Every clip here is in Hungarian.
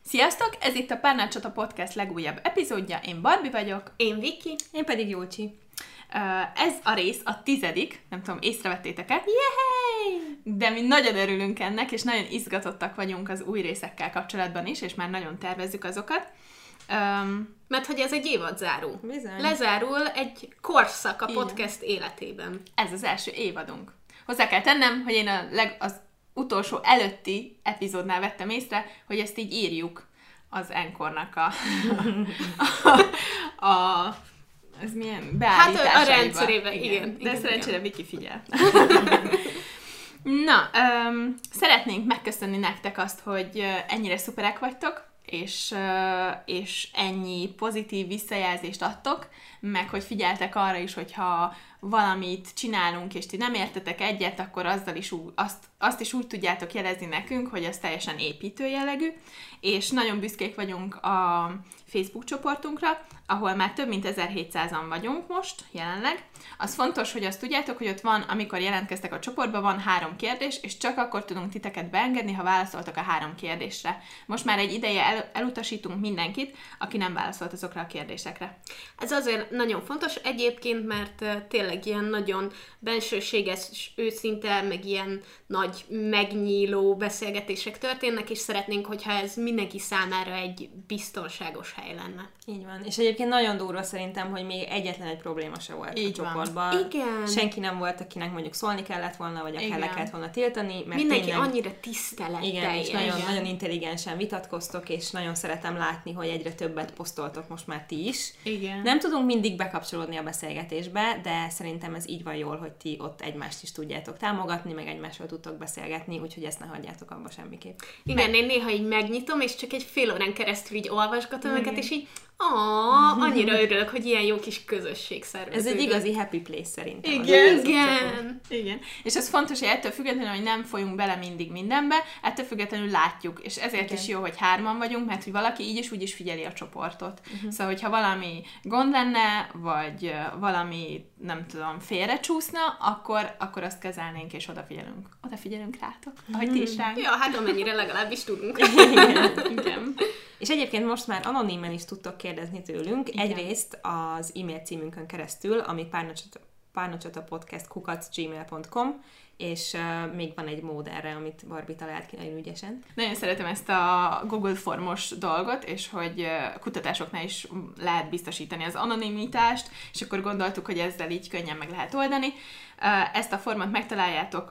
Sziasztok! Ez itt a Párnácsata Podcast legújabb epizódja. Én Barbie vagyok. Én Viki. Én pedig Jócsi. Ez a rész a 10. Nem tudom, észrevettétek-e? Yay! De mi nagyon örülünk ennek, és nagyon izgatottak vagyunk az új részekkel kapcsolatban is, és már nagyon tervezzük azokat. Mert hogy ez egy évadzáró. Bizony. Lezárul egy korszak a Igen. podcast életében. Ez az első évadunk. Hozzá kell tennem, hogy én az utolsó előtti epizódnál vettem észre, hogy ezt így írjuk az Encore-nak ez milyen beállításaiba. Hát a rendszerébe, igen. De igen, szerencsére Viki figyel. Na, szeretnénk megköszönni nektek azt, hogy ennyire szuperek vagytok, és ennyi pozitív visszajelzést adtok, meg hogy figyeltek arra is, hogyha valamit csinálunk, és ti nem értetek egyet, akkor azzal is azt is úgy tudjátok jelezni nekünk, hogy az teljesen építő jellegű, és nagyon büszkék vagyunk a Facebook csoportunkra, ahol már több mint 1700-an vagyunk most, jelenleg. Az fontos, hogy azt tudjátok, hogy ott van, amikor jelentkeztek a csoportba, van 3 kérdés, és csak akkor tudunk titeket beengedni, ha válaszoltak a 3 kérdésre. Most már egy ideje elutasítunk mindenkit, aki nem válaszolt azokra a kérdésekre. Ez azért nagyon fontos egyébként, mert tényleg ilyen nagyon bensőséges, őszinte, meg ilyen nagy megnyíló beszélgetések történnek, és szeretnénk, hogyha ez mindenki számára egy biztonságos hely lenne. Így van. És egyébként nagyon durva szerintem, hogy még egyetlen egy probléma se volt Így a van. csoportban. Igen. Senki nem volt, akinek mondjuk szólni kellett volna, vagy akár le kellett volna tiltani. Mert Mindenki tényleg, annyira tiszteletteljes. igen, és nagyon intelligensen vitatkoztok, és nagyon szeretem látni, hogy egyre többet posztoltok most már ti is. Igen. Nem tudunk mindig bekapcsolódni a beszélgetésbe, de szerintem ez így van jól, hogy ti ott egymást is tudjátok támogatni, meg egymással tudtok beszélgetni, úgyhogy ezt ne hagyjátok abba semmiképp. Igen, én néha így megnyitom, és csak egy fél órán keresztül így olvasgatom őket, és így annyira örülök, hogy ilyen jó kis közösség szerveződik. Ez egy igazi happy place szerintem. Igen. És ez fontos, hogy ettől függetlenül, hogy nem folyunk bele mindig mindenbe, ettől függetlenül látjuk, és ezért is jó, hogy 3-an vagyunk, mert hogy valaki így is úgy is figyeli a csoportot. Szóval, hogyha valami gond lenne, vagy valami, nem tudom, félrecsúszna, akkor azt kezelnénk, és odafigyelünk rátok, ahogy ti is ránk. Ja, hát amennyire legalábbis tudunk. Igen. És egyébként most már anonimen is tudtok kérdezni tőlünk. Igen. Egyrészt az e-mail címünkön keresztül, ami párnacsatapodcast@gmail.com, és még van egy mód erre, amit Barbie talált ki nagyon ügyesen. Nagyon szeretem ezt a Google formos dolgot, és hogy kutatásoknál is lehet biztosítani az anonimitást, és akkor gondoltuk, hogy ezzel így könnyen meg lehet oldani. Ezt a formát megtaláljátok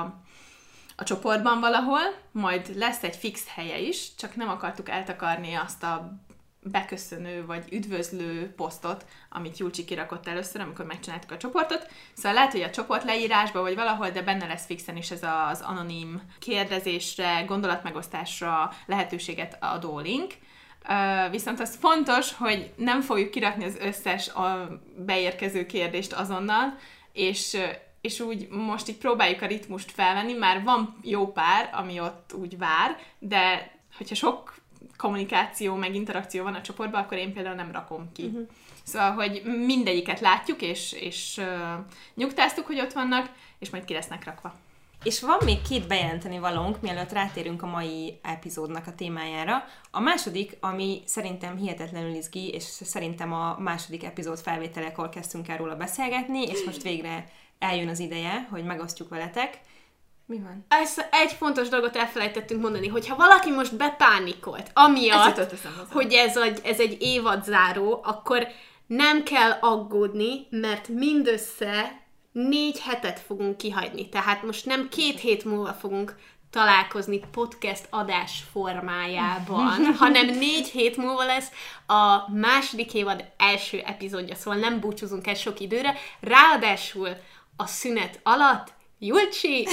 a csoportban valahol, majd lesz egy fix helye is, csak nem akartuk eltakarni azt a beköszönő vagy üdvözlő posztot, amit Júlcsi kirakott először, amikor megcsináltuk a csoportot. Szóval lehet, hogy a csoport leírásban vagy valahol, de benne lesz fixen is ez az anonim kérdezésre, gondolatmegosztásra lehetőséget adó link. Viszont az fontos, hogy nem fogjuk kirakni az összes beérkező kérdést azonnal, és úgy most így próbáljuk a ritmust felvenni, már van jó pár, ami ott úgy vár, de hogyha sok kommunikáció, meg interakció van a csoportban, akkor én például nem rakom ki. Szóval, hogy mindegyiket látjuk, és nyugtáztuk, hogy ott vannak, és majd ki lesznek rakva. És van még 2 bejelenteni valónk, mielőtt rátérünk a mai epizódnak a témájára. A második, ami szerintem hihetetlenül izgi, és szerintem a második epizód felvételekor kezdtünk el róla beszélgetni, és most végre eljön az ideje, hogy megosztjuk veletek. Mi van? Egy fontos dolgot elfelejtettünk mondani, hogyha valaki most bepánikolt, amiatt, hogy ez egy évadzáró, akkor nem kell aggódni, mert mindössze 4 hetet fogunk kihagyni. Tehát most nem 2 hét múlva fogunk találkozni podcast adás formájában, hanem 4 hét múlva lesz a második évad első epizódja, szóval nem búcsúzunk el sok időre. Ráadásul a szünet alatt Júlcsi!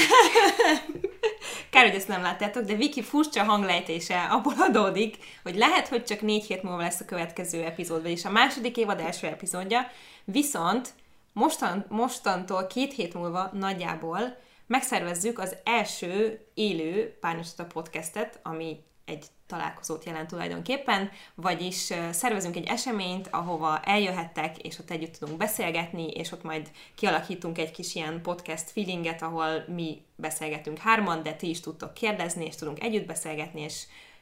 Kár, hogy ezt nem láttátok, de Viki furcsa hanglejtése abból adódik, hogy lehet, hogy csak 4 hét múlva lesz a következő epizód, vagyis a második évad első epizódja, viszont mostantól 2 hét múlva nagyjából megszervezzük az első élő Párnacsata podcastet, ami egy találkozót jelent tulajdonképpen, vagyis szervezünk egy eseményt, ahova eljöhettek, és ott együtt tudunk beszélgetni, és ott majd kialakítunk egy kis ilyen podcast feelinget, ahol mi beszélgetünk 3-an, de ti is tudtok kérdezni, és tudunk együtt beszélgetni, és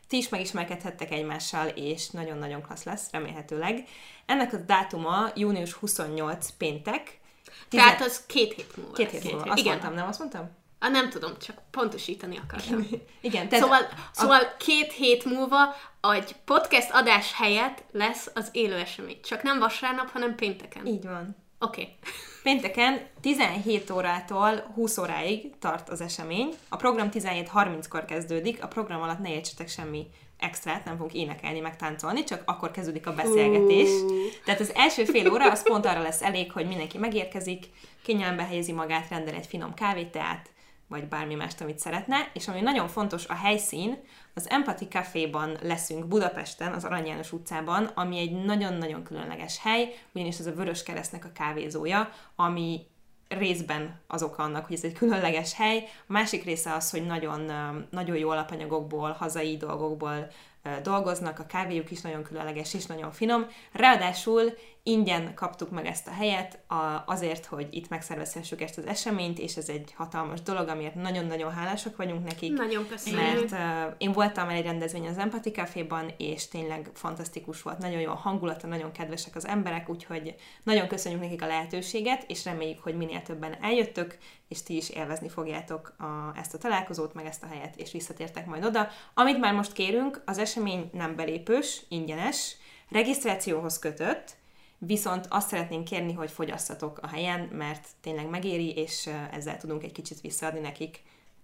ti is megismerkedhettek egymással, és nagyon-nagyon klassz lesz, remélhetőleg. Ennek a dátuma június 28 péntek. Tehát az 2 hét múlva. 2 hét múlva. Azt mondtam, nem azt mondtam? Nem tudom, csak pontosítani akartam. Igen. Szóval 2 hét múlva egy podcast adás helyett lesz az élő esemény. Csak nem vasárnap, hanem pénteken. Így van. Oké. Pénteken 17 órától 20 óráig tart az esemény. A program 17:30-kor kezdődik, a program alatt ne értsetek semmi extrát, nem fogunk énekelni, meg táncolni, csak akkor kezdődik a beszélgetés. Tehát az első fél óra az pont arra lesz elég, hogy mindenki megérkezik, kényelembe helyezi magát, rendel egy finom kávét, teát, vagy bármi mást, amit szeretne, és ami nagyon fontos, a helyszín, az Empathy Caféban leszünk Budapesten, az Arany János utcában, ami egy nagyon-nagyon különleges hely, ugyanis ez a Vöröskeresztnek a kávézója, ami részben az oka annak, hogy ez egy különleges hely. A másik része az, hogy nagyon, nagyon jó alapanyagokból, hazai dolgokból dolgoznak, a kávéjuk is nagyon különleges és nagyon finom. Ráadásul ingyen kaptuk meg ezt a helyet azért, hogy itt megszervezhessük ezt az eseményt, és ez egy hatalmas dolog, amiért nagyon-nagyon hálásak vagyunk nekik. Nagyon köszönjük. Mert én voltam egy rendezvény az Empathy Caféban, és tényleg fantasztikus volt, nagyon jó a hangulata, nagyon kedvesek az emberek, úgyhogy nagyon köszönjük nekik a lehetőséget, és reméljük, hogy minél többen eljöttök, és ti is élvezni fogjátok ezt a találkozót, meg ezt a helyet, és visszatértek majd oda. Amit már most kérünk, az esemény nem belépős, ingyenes, regisztrációhoz kötött, viszont azt szeretnénk kérni, hogy fogyasszatok a helyen, mert tényleg megéri, és ezzel tudunk egy kicsit visszaadni nekik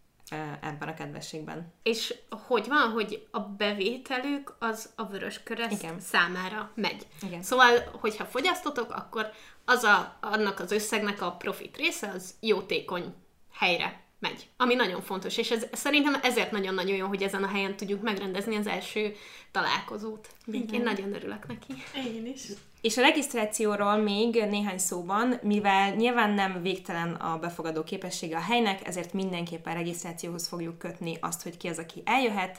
ebben a kedvességben. És hogy van, hogy a bevételük az a Vöröskereszt számára megy. Igen. Szóval, hogyha fogyasztotok, akkor annak az összegnek a profit része az jótékony helyre megy, ami nagyon fontos, és szerintem ezért nagyon-nagyon jó, hogy ezen a helyen tudjuk megrendezni az első találkozót. Igen. Én nagyon örülök neki. Én is. És a regisztrációról még néhány szóban, mivel nyilván nem végtelen a befogadó képessége a helynek, ezért mindenképpen regisztrációhoz fogjuk kötni azt, hogy ki az, aki eljöhet.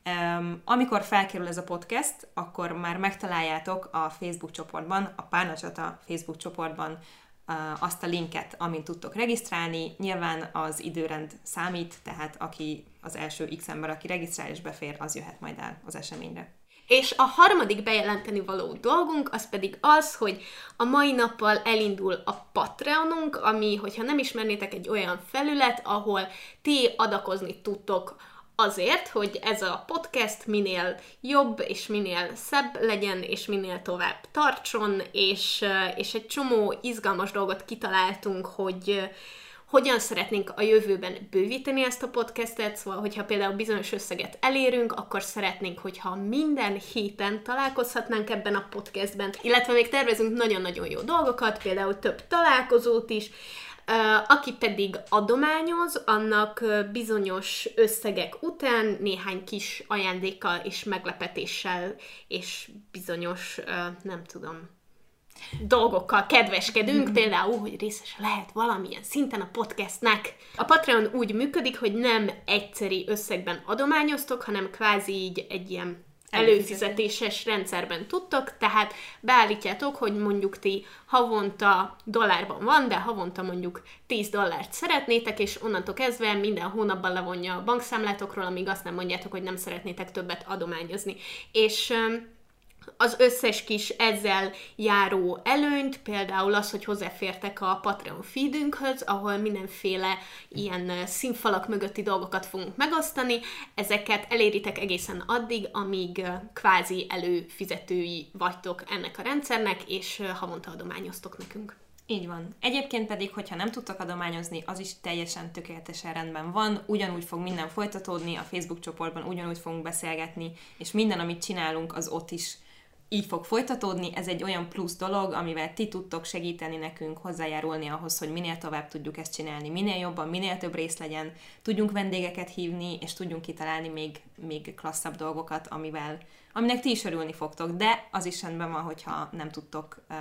Amikor felkerül ez a podcast, akkor már megtaláljátok a Facebook csoportban, a Párnacsata Facebook csoportban azt a linket, amin tudtok regisztrálni. Nyilván az időrend számít, tehát aki az első X ember, aki regisztrál és befér, az jöhet majd el az eseményre. És a harmadik bejelenteni való dolgunk, az pedig az, hogy a mai nappal elindul a Patreonunk, ami, hogyha nem ismernétek, egy olyan felület, ahol ti adakozni tudtok azért, hogy ez a podcast minél jobb, és minél szebb legyen, és minél tovább tartson, és egy csomó izgalmas dolgot kitaláltunk, hogy hogyan szeretnénk a jövőben bővíteni ezt a podcastet, szóval, hogyha például bizonyos összeget elérünk, akkor szeretnénk, hogyha minden héten találkozhatnánk ebben a podcastben, illetve még tervezünk nagyon-nagyon jó dolgokat, például több találkozót is. Aki pedig adományoz, annak bizonyos összegek után néhány kis ajándékkal és meglepetéssel és bizonyos, nem tudom, dolgokkal kedveskedünk, például, hogy részes lehet valamilyen szinten a podcastnek. A Patreon úgy működik, hogy nem egyszeri összegben adományoztok, hanem kvázi így egy ilyen előfizetéses rendszerben tudtok, tehát beállítjátok, hogy mondjuk ti havonta dollárban van, de havonta mondjuk $10 szeretnétek, és onnantól kezdve minden hónapban levonja a bankszámlátokról, amíg azt nem mondjátok, hogy nem szeretnétek többet adományozni. És az összes kis ezzel járó előnyt, például az, hogy hozzáfértek a Patreon feedünkhöz, ahol mindenféle ilyen színfalak mögötti dolgokat fogunk megosztani, ezeket eléritek egészen addig, amíg kvázi előfizetői vagytok ennek a rendszernek, és havonta adományoztok nekünk. Így van. Egyébként pedig, hogyha nem tudtok adományozni, az is teljesen tökéletesen rendben van, ugyanúgy fog minden folytatódni, a Facebook csoportban ugyanúgy fogunk beszélgetni, és minden, amit csinálunk, az ott is így fog folytatódni. Ez egy olyan plusz dolog, amivel ti tudtok segíteni nekünk, hozzájárulni ahhoz, hogy minél tovább tudjuk ezt csinálni, minél jobban, minél több rész legyen, tudjunk vendégeket hívni, és tudjunk kitalálni még klasszabb dolgokat, aminek ti is örülni fogtok, de az is rendben van, hogyha nem tudtok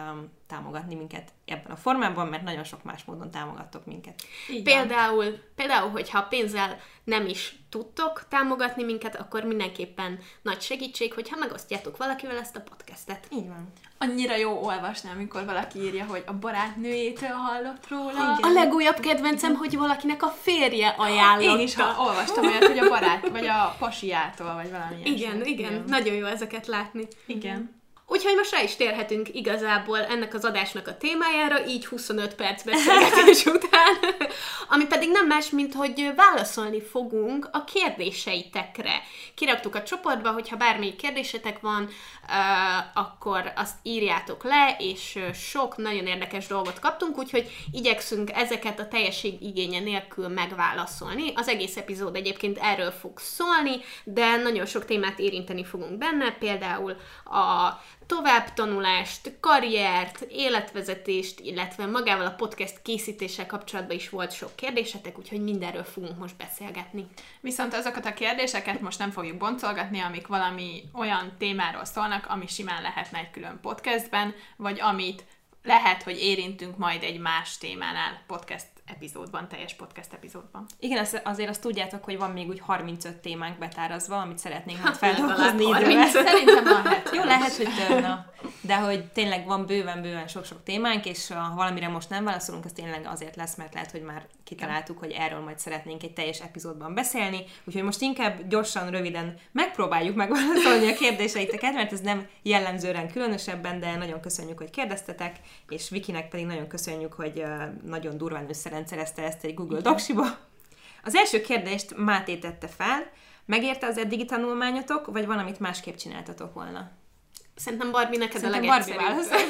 támogatni minket ebben a formában, mert nagyon sok más módon támogattok minket. Például, hogyha pénzzel nem is tudtok támogatni minket, akkor mindenképpen nagy segítség, hogyha megosztjátok valakivel ezt a podcastet. Így van. Annyira jó olvasni, amikor valaki írja, hogy a barátnőjétől hallott róla. Igen. A legújabb kedvencem, hogy valakinek a férje ajánlotta. Én is olvastam olyat, hogy a barát, vagy a pasiától, vagy valamilyen. Igen. Nagyon jó ezeket látni. Igen. Úgyhogy most rá is térhetünk igazából ennek az adásnak a témájára, így 25 perc beszélgetés után, ami pedig nem más, mint hogy válaszolni fogunk a kérdéseitekre. Kiraktuk a csoportba, hogyha bármelyik kérdésetek van, akkor azt írjátok le, és sok nagyon érdekes dolgot kaptunk, úgyhogy igyekszünk ezeket a teljesség igénye nélkül megválaszolni. Az egész epizód egyébként erről fog szólni, de nagyon sok témát érinteni fogunk benne, például a továbbtanulást, karriert, életvezetést, illetve magával a podcast készítéssel kapcsolatban is volt sok kérdésetek, úgyhogy mindenről fogunk most beszélgetni. Viszont azokat a kérdéseket most nem fogjuk boncolgatni, amik valami olyan témáról szólnak, ami simán lehetne egy külön podcastben, vagy amit lehet, hogy érintünk majd egy más témánál podcast epizódban, teljes podcast epizódban. Igen, azért azt tudjátok, hogy van még úgy 35 témánk betárazva, amit szeretnénk majd feldolgozni időben. Szerintem lehet. Jó, lehet, hogy több, de hogy tényleg van bőven sok témánk, és ha valamire most nem válaszolunk, az tényleg azért lesz, mert lehet, hogy már kitaláltuk, hogy erről majd szeretnénk egy teljes epizódban beszélni, úgyhogy most inkább gyorsan, röviden megpróbáljuk megválaszolni a kérdéseiteket, mert ez nem jellemzően különösebben, de nagyon köszönjük, hogy kérdeztetek, és Vikinek pedig nagyon köszönjük, hogy nagyon durván összerendszerezte ezt egy Google Docsiba. Az első kérdést Máté tette fel, megérte az eddigi tanulmányotok, vagy van, amit másképp csináltatok volna? Szerintem Barbie neked a legegyszerűbb.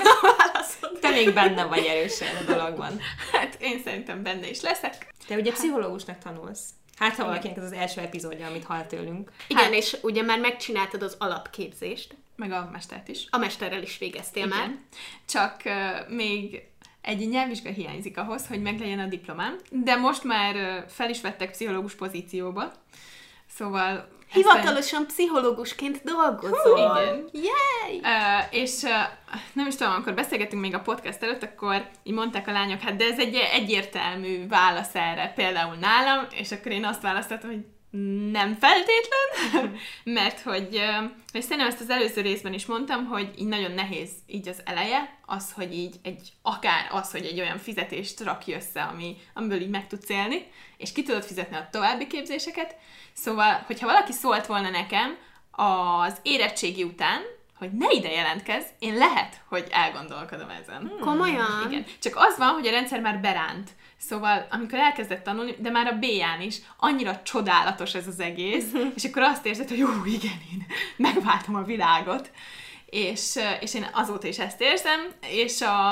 Te még benne vagy erősen a dologban. Hát én szerintem benne is leszek. Te ugye pszichológusnak tanulsz. Hát ha valakinek ez az első epizódja, amit hall tőlünk. Igen, és ugye már megcsináltad az alapképzést. Meg a mestert is. A mesterrel is végeztél már. Csak még egy nyelvvizsga hiányzik ahhoz, hogy meglegyen a diplomám, de most már fel is vettek pszichológus pozícióba. Szóval... Hivatalosan pszichológusként dolgozol. Igen. Yay! És nem is tudom, amikor beszélgettünk még a podcast előtt, akkor így mondták a lányok, hát de ez egy egyértelmű válasz erre, például nálam, és akkor én azt választottam, hogy nem feltétlen, mert hogy szerintem ezt az előző részben is mondtam, hogy így nagyon nehéz így az eleje, az, hogy így akár az, hogy egy olyan fizetést rakj össze, amiből így meg tudsz élni, és ki tudod fizetni a további képzéseket. Szóval, hogyha valaki szólt volna nekem az érettségi után, hogy ne ide jelentkezz, én lehet, hogy elgondolkodom ezen. Komolyan? Igen. Csak az van, hogy a rendszer már beránt. Szóval, amikor elkezdett tanulni, de már a B-ján is, annyira csodálatos ez az egész, és akkor azt érzed, hogy jó, igen, én megváltom a világot. És én azóta is ezt érzem, és a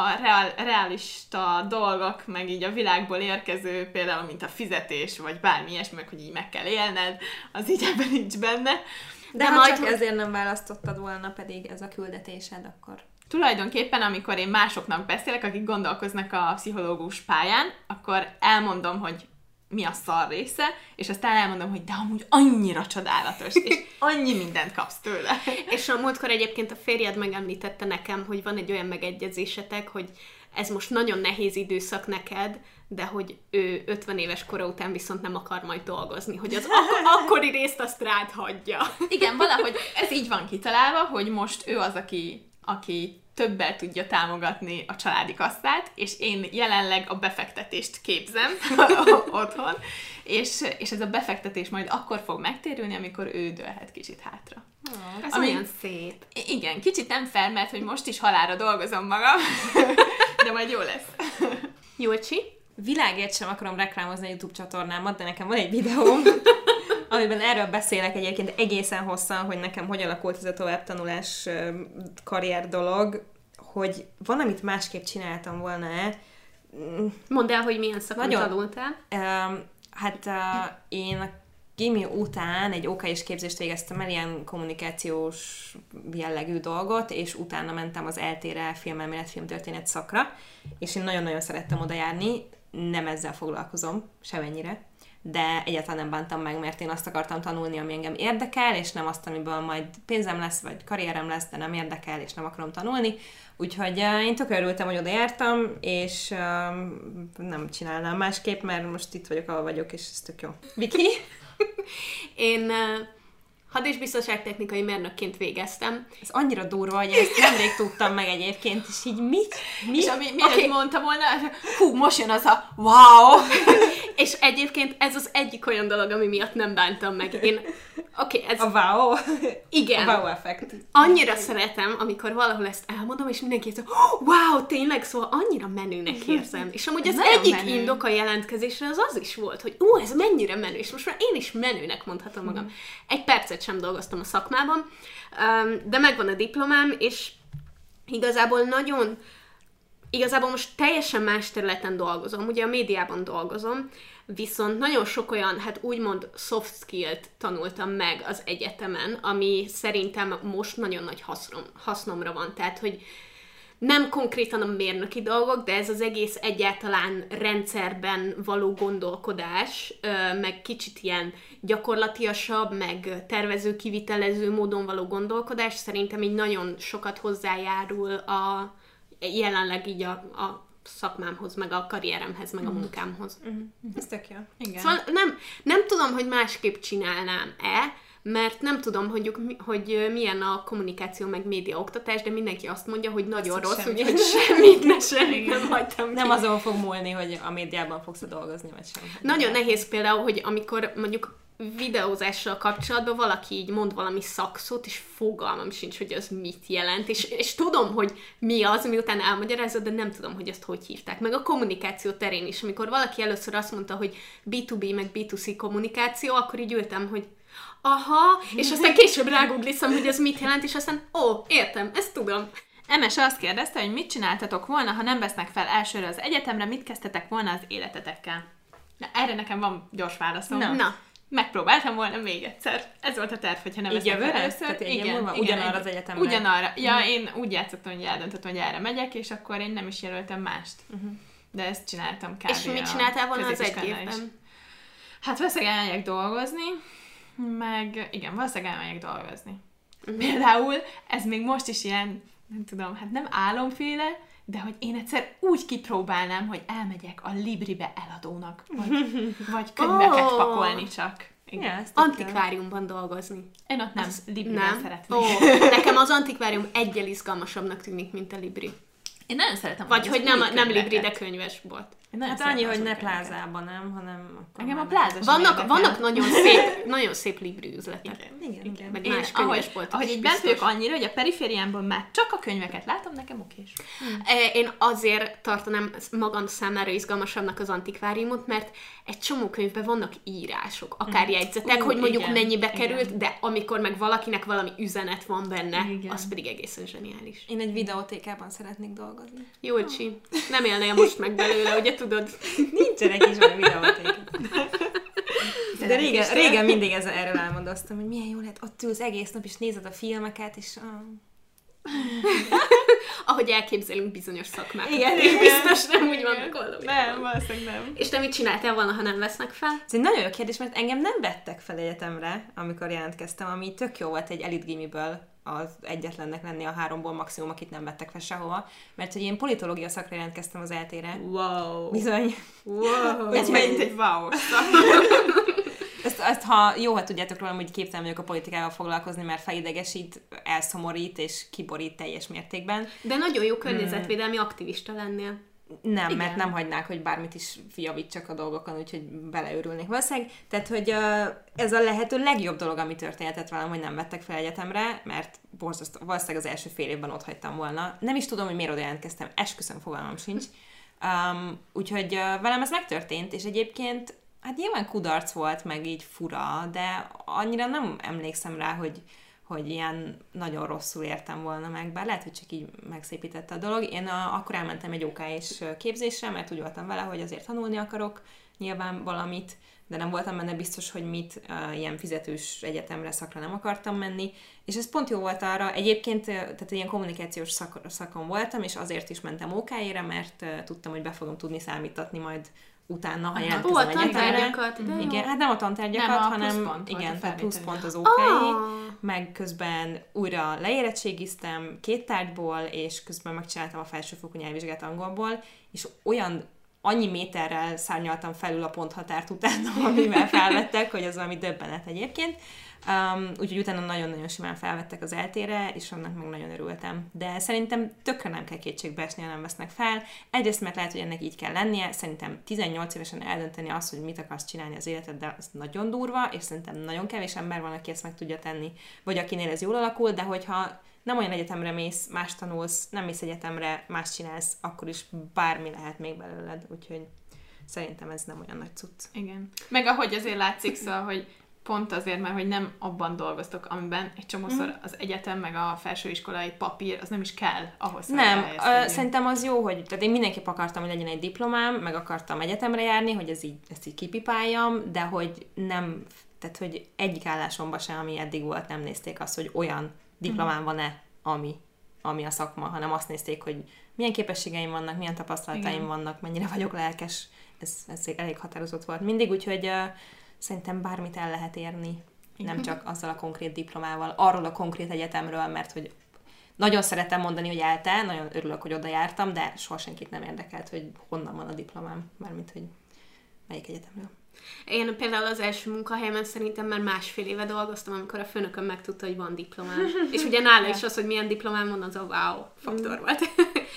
realista dolgok, meg így a világból érkező, például mint a fizetés, vagy bármi ilyesmi, meg hogy így meg kell élned, az így ebben nincs benne. De majd csak ezért nem választottad volna pedig ez a küldetésed, akkor... Tulajdonképpen, amikor én másoknak beszélek, akik gondolkoznak a pszichológus pályán, akkor elmondom, hogy mi a szar része, és aztán elmondom, hogy de amúgy annyira csodálatos, és annyi mindent kapsz tőle. És a múltkor egyébként a férjed megemlítette nekem, hogy van egy olyan megegyezésetek, hogy ez most nagyon nehéz időszak neked, de hogy ő 50 éves kora után viszont nem akar majd dolgozni, hogy az akkori részt azt rád hagyja. Igen, valahogy ez így van kitalálva, hogy most ő az, aki többel tudja támogatni a családi kasszát, és én jelenleg a befektetést képzem otthon, és ez a befektetés majd akkor fog megtérülni, amikor ő dőlhet kicsit hátra. Ez olyan szép. Igen, kicsit nem fair, mert hogy most is halálra dolgozom magam, de majd jó lesz. Júlcsi? Világért sem akarom reklámozni a YouTube csatornámat, de nekem van egy videóm, amiben erről beszélek egyébként egészen hosszan, hogy nekem hogy alakult ez a továbbtanulás karrier dolog, hogy van, amit másképp csináltam volna-e. Mondd el, hogy milyen szakon tanultál. Én a gimi után egy OK-s képzést végeztem el, ilyen kommunikációs jellegű dolgot, és utána mentem az ELTE-re filmelmélet, filmtörténet szakra, és én nagyon-nagyon szerettem oda járni, nem ezzel foglalkozom, semennyire. de egyáltalán nem bántam meg, mert én azt akartam tanulni, ami engem érdekel, és nem azt, amiből majd pénzem lesz, vagy karrierem lesz, de nem érdekel, és nem akarom tanulni. Úgyhogy én tök örültem, hogy oda jártam, és nem csinálnám másképp, mert most itt vagyok, ahol vagyok, és ez tök jó. Viki? Én had- és biztonságtechnikai mérnökként végeztem. Ez annyira durva, hogy ezt nemrég tudtam meg egyébként, és így mit? És mielőtt mondta volna, hú, most jön az a wow! És egyébként ez az egyik olyan dolog, ami miatt nem bántam meg. Ez... A wow! Igen. A wow effekt. Annyira szeretem, amikor valahol ezt elmondom, és mindenki ezt wow, tényleg, szóval annyira menőnek érzem. És amúgy az egyik indok a jelentkezésre az is volt, hogy ez mennyire menő, és most már én is menőnek mondhatom magam. Egy percet sem dolgoztam a szakmában, de megvan a diplomám, és igazából most teljesen más területen dolgozom, ugye a médiában dolgozom, viszont nagyon sok olyan, úgymond soft skill-t tanultam meg az egyetemen, ami szerintem most nagyon nagy hasznomra van. Tehát, hogy nem konkrétan a mérnöki dolgok, de ez az egész egyáltalán rendszerben való gondolkodás, meg kicsit ilyen gyakorlatiasabb, meg tervező, kivitelező módon való gondolkodás szerintem így nagyon sokat hozzájárul jelenleg így a szakmámhoz, meg a karrieremhez, meg a munkámhoz. Ez tök jó. Igen. Szóval nem tudom, hogy másképp csinálnám-e, mert nem tudom, hogy milyen a kommunikáció meg média oktatás, de mindenki azt mondja, hogy nagyon rossz, úgyhogy semmit nem hagytam ki. Nem azon fog múlni, hogy a médiában fogsz dolgozni, vagy sem. Nagyon nehéz például, hogy amikor mondjuk videózással kapcsolatban valaki így mond valami szakszót, és fogalmam sincs, hogy az mit jelent, és tudom, hogy mi az, miután elmagyarázod, de nem tudom, hogy ezt hogy hívták. Meg a kommunikáció terén is, amikor valaki először azt mondta, hogy B2B meg B2C kommunikáció, akkor így ültem, hogy aha, és aztán később rágoogliztam, hogy ez mit jelent, és aztán értem, ezt tudom. Emes azt kérdezte, hogy mit csináltatok volna, ha nem vesznek fel elsőre az egyetemre, mit kezdtetek volna az életetekkel? Na, erre nekem van gyors válaszom. Na. Megpróbáltam volna még egyszer. Ez volt a terv, hogyha nem vesznek fel először. Igen, ugyanarra az egyetemre. Ugyanarra. Ja, én úgy játszottam, hogy eldöntöttem, hogy erre megyek, és akkor én nem is jelöltem mást. De ezt csináltam kb. És mit csináltál volna az egy évben? Hát valószínűleg elmegyek dolgozni, meg igen, valószínűleg elmegyek dolgozni. Például ez még most is ilyen, nem tudom, hát nem álomféle, de hogy én egyszer úgy kipróbálnám, hogy elmegyek a Libribe eladónak, vagy könyveket pakolni csak. Igen. Antikváriumban dolgozni. Én ott nem Libriben szeretnék. Nekem az antikvárium egyel izgalmasabb tűnik, mint a Libri. Én nagyon szeretem. Vagy hogy nem Libri, de könyves volt. Hát annyi, hogy ne plázában, nem, hanem... Engem a pláza vannak nagyon szép Libri üzletek. Igen. Meg más könyves boltok. Ahogy így bent vagyok annyira, hogy a perifériámból már csak a könyveket látom, nekem okés. Én azért tartanám magam számára izgalmasabbnak az antikváriumot, mert egy csomó könyvben vannak írások, akár jegyzetek, hogy mondjuk mennyibe került, de amikor meg valakinek valami üzenet van benne, az pedig egészen zseniális. Én egy videótékában szeretnék dolgozni. Jólcsi, nem élnél most meg belőle, ugye tudod? Nincsen egy kis olyan videóték. De régen mindig erről elmondoztam, hogy milyen jó lehet, ott ülsz egész nap, és nézed a filmeket, és... Ahogy elképzelünk bizonyos szakmát. Igen, biztos nem úgy vannak valami. Nem, valószínűleg nem. És te mit csináltál volna, ha nem vesznek fel? Ez egy nagyon jó kérdés, mert engem nem vettek fel egyetemre, amikor jelentkeztem, ami tök jó volt egy elitgimiből az egyetlennek lenni a 3-ból maximum, akit nem vettek fel sehova, mert hogy én politológia szakra jelentkeztem az ELTE-re. Wow. Bizony. Wow. Ez megint egy wow szak. Ezt ha tudjátok rólam, hogy képtelen vagyok a politikával foglalkozni, mert felidegesít, elszomorít és kiborít teljes mértékben. De nagyon jó környezetvédelmi aktivista lennél. Nem, igen. Mert nem hagynák, hogy bármit is javítsak a dolgokon, úgyhogy beleőrülnék valószínűleg. Tehát, hogy ez a lehető legjobb dolog, ami történhetett velem, hogy nem vettek fel egyetemre, mert valószínűleg az első fél évben ott hagytam volna. Nem is tudom, hogy miért oda jelentkeztem, esküszöm, fogalmam sincs. Úgyhogy velem ez megtörtént, és egyébként hát nyilván kudarc volt, meg így fura, de annyira nem emlékszem rá, hogy ilyen nagyon rosszul értem volna meg, bár lehet, hogy csak így megszépítette a dolog. Én akkor elmentem egy OK-s képzésre, mert úgy voltam vele, hogy azért tanulni akarok nyilván valamit, de nem voltam benne biztos, hogy mit, ilyen fizetős egyetemre, szakra nem akartam menni, és ez pont jó volt arra. Egyébként, tehát ilyen kommunikációs szakon voltam, és azért is mentem OK-ére, mert tudtam, hogy be fogom tudni számítatni majd utána, ha jelentkezem egyetemre. Igen, hát nem a tantárgyakat, hanem igen, tehát pluszpont az OK-i, meg közben újra leérettségiztem 2 tárgyból, és közben megcsináltam a felsőfokú nyelvvizsgát angolból, és annyi méterrel szárnyaltam felül a ponthatárt utána, amivel felvettek, hogy az valami döbbenet egyébként. Úgyhogy utána nagyon-nagyon simán felvettek az eltére, és annak meg nagyon örültem. De szerintem tökre nem kell kétségbe esni, ha nem vesznek fel. Egyrészt, mert lehet, hogy ennek így kell lennie. Szerintem 18 évesen eldönteni azt, hogy mit akarsz csinálni az életeddel, az nagyon durva, és szerintem nagyon kevés ember van, aki ezt meg tudja tenni, vagy akinél ez jól alakul, de hogyha nem olyan egyetemre mész, más tanulsz, nem mész egyetemre, más csinálsz, akkor is bármi lehet még belőled. Úgyhogy szerintem ez nem olyan nagy cucc. Igen. Meg ahogy azért látszik, szóval, hogy pont azért, mert hogy nem abban dolgoztok, amiben egy csomószor az egyetem, meg a felsőiskolai papír, az nem is kell ahhoz. Nem, szerintem az jó, hogy tehát én mindenképp akartam, hogy legyen egy diplomám, meg akartam egyetemre járni, hogy ezt így kipipáljam, de hogy nem, tehát hogy egyik állásomban sem, ami eddig volt, nem nézték azt, hogy olyan diplomám van-e, ami a szakma, hanem azt nézték, hogy milyen képességeim vannak, milyen tapasztalataim vannak, mennyire vagyok lelkes. Ez elég határozott volt mindig, úgyhogy szerintem bármit el lehet érni, nem csak azzal a konkrét diplomával, arról a konkrét egyetemről, mert hogy nagyon szeretem mondani, hogy ELTE, nagyon örülök, hogy oda jártam, de soha senkit nem érdekelt, hogy honnan van a diplomám, mármint, hogy melyik egyetemről. Én például az első munkahelyemen szerintem már 1,5 éve dolgoztam, amikor a főnököm megtudta, hogy van diplomám. És ugye nála is az, hogy milyen diplomám van, az a wow faktor volt.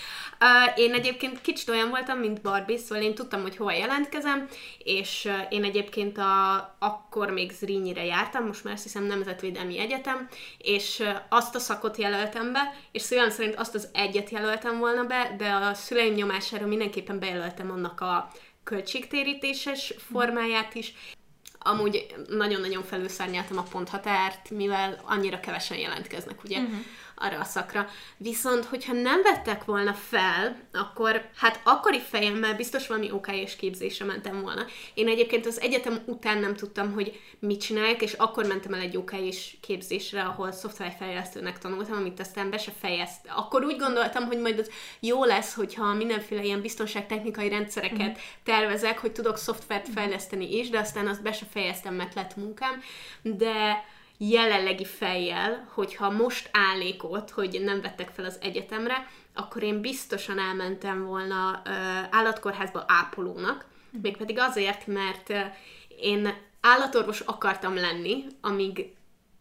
Én egyébként kicsit olyan voltam, mint Barbie, szóval én tudtam, hogy hova jelentkezem, és én egyébként akkor még Zrínnyire jártam, most már azt hiszem Nemzetvédelmi Egyetem, és azt a szakot jelöltem be, és szívem szerint azt az egyet jelöltem volna be, de a szüleim nyomására mindenképpen bejelöltem annak a költségtérítéses formáját is. Amúgy nagyon-nagyon felülszárnyáltam a ponthatárt, mivel annyira kevesen jelentkeznek, ugye, arra a szakra. Viszont, hogyha nem vettek volna fel, akkor hát akkori fejemmel biztos valami OK-s képzésre mentem volna. Én egyébként az egyetem után nem tudtam, hogy mit csináljak, és akkor mentem el egy OK-s képzésre, ahol szoftverfejlesztőnek tanultam, amit aztán be se fejeztem. Akkor úgy gondoltam, hogy majd az jó lesz, hogyha mindenféle ilyen biztonságtechnikai rendszereket tervezek, hogy tudok szoftvert fejleszteni is, de aztán azt be se fejeztem, mert lett munkám. De jelenlegi fejjel, hogyha most állnék ott, hogy nem vettek fel az egyetemre, akkor én biztosan elmentem volna állatkórházba ápolónak, mégpedig azért, mert én állatorvos akartam lenni, amíg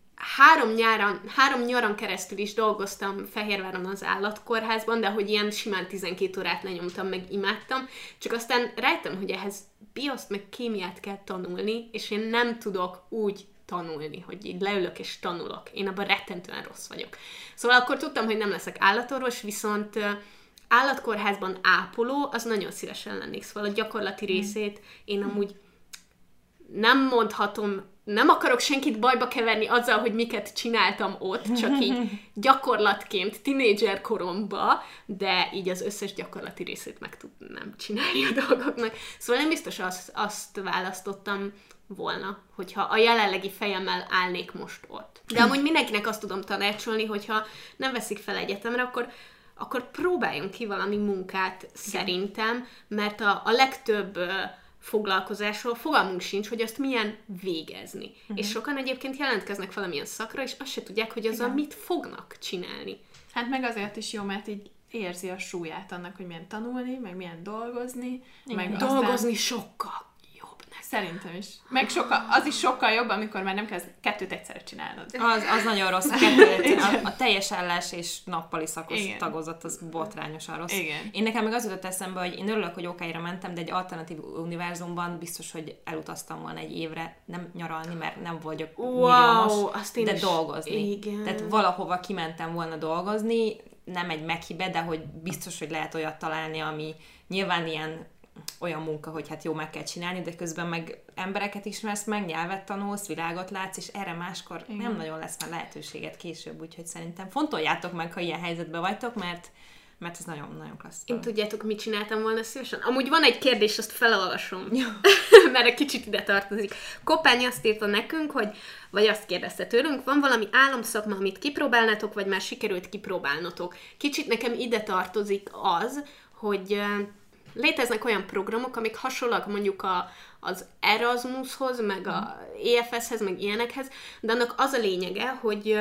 3 nyaran keresztül is dolgoztam Fehérváron az állatkórházban, de hogy ilyen simán 12 órát lenyomtam, meg imádtam, csak aztán rájöttem, hogy ehhez bioszt meg kémiát kell tanulni, és én nem tudok úgy tanulni, hogy így leülök és tanulok. Én abban rettentően rossz vagyok. Szóval akkor tudtam, hogy nem leszek állatorvos, viszont állatkórházban ápoló, az nagyon szívesen lennék. Szóval a gyakorlati részét én amúgy nem mondhatom, nem akarok senkit bajba keverni azzal, hogy miket csináltam ott, csak így gyakorlatként, tinédzser koromba, de így az összes gyakorlati részét meg tudnám csinálni a dolgoknak. Szóval nem biztos azt választottam volna, hogyha a jelenlegi fejemmel állnék most ott. De amúgy mindenkinek azt tudom tanácsolni, hogyha nem veszik fel egyetemre, akkor próbáljunk ki valami munkát szerintem, mert a legtöbb foglalkozásról fogalmunk sincs, hogy azt milyen végezni. És sokan egyébként jelentkeznek valamilyen szakra, és azt se tudják, hogy azzal mit fognak csinálni. Hát meg azért is jó, mert így érzi a súlyát annak, hogy milyen tanulni, meg milyen dolgozni. Meg dolgozni sokkal. Szerintem is. Meg az is sokkal jobb, amikor már nem kell 2 egyszerre csinálnod. Az nagyon rossz. A teljes állás és nappali szakos tagozat, az botrányosan rossz. Igen. Én nekem meg az jutott eszembe, hogy én örülök, hogy OK-ra mentem, de egy alternatív univerzumban biztos, hogy elutaztam volna egy évre, nem nyaralni, mert nem vagyok milliómos, de dolgozni. Igen. Tehát valahova kimentem volna dolgozni, nem egy meghibe, de hogy biztos, hogy lehet olyat találni, ami nyilván olyan munka, hogy hát jó, meg kell csinálni, de közben meg embereket ismersz meg, nyelvet tanulsz, világot látsz, és erre máskor nem nagyon lesz már lehetőséget később, úgyhogy szerintem fontoljátok meg, ha ilyen helyzetben vagytok, mert ez nagyon-nagyon klassz. Én tudjátok, mit csináltam volna szívesen? Amúgy van egy kérdés, azt felolvasom, mert egy kicsit ide tartozik. Kopány azt írta nekünk, vagy azt kérdezte tőlünk, van valami álomszakma, amit kipróbálnátok, vagy már sikerült kipróbálnotok. Kicsit nekem ide tartozik az, hogy léteznek olyan programok, amik hasonlóak mondjuk az Erasmushoz, meg a EFS-hez, meg ilyenekhez, de annak az a lényege, hogy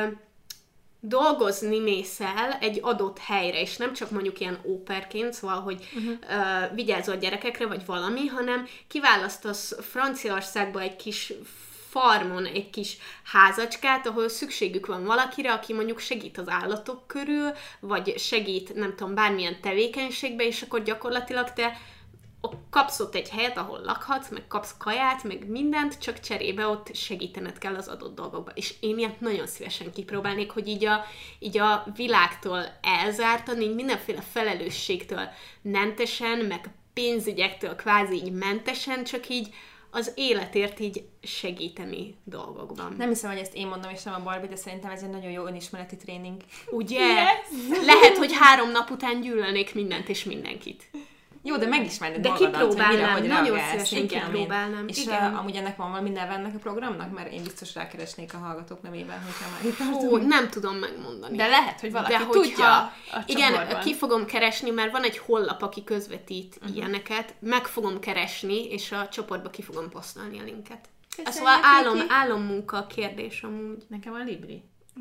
dolgozni mész el egy adott helyre, és nem csak mondjuk ilyen óperként, szóval, hogy vigyázol a gyerekekre, vagy valami, hanem kiválasztasz Franciaországba egy kis farmon egy kis házacskát, ahol szükségük van valakire, aki mondjuk segít az állatok körül, vagy segít, nem tudom, bármilyen tevékenységbe, és akkor gyakorlatilag te kapsz ott egy helyet, ahol lakhatsz, meg kapsz kaját, meg mindent, csak cserébe ott segítened kell az adott dolgokba. És én ilyet nagyon szívesen kipróbálnék, hogy így a világtól elzártan, így mindenféle felelősségtől mentesen, meg pénzügyektől kvázi így mentesen, csak így az életért így segíteni dolgokban. Nem hiszem, hogy ezt én mondom, és nem a Barbie, de szerintem ez egy nagyon jó önismereti tréning. Ugye? Yes. Lehet, hogy 3 nap után gyűlölnék mindent és mindenkit. Jó, de megismerni de magadat, kipróbálnám, hogy nagyon szívesen kipróbálnám. És amúgy ennek van valami neve ennek a programnak? Mert én biztos rákeresnék a hallgatók nevében, hogyha már itt tartunk. Nem tudom megmondani. De lehet, hogy valaki tudja. Igen, ki fogom keresni, mert van egy honlap, aki közvetít ilyeneket. Meg fogom keresni, és a csoportba ki fogom posztolni a linket. Szóval álommunka kérdés amúgy. Nekem a Libri.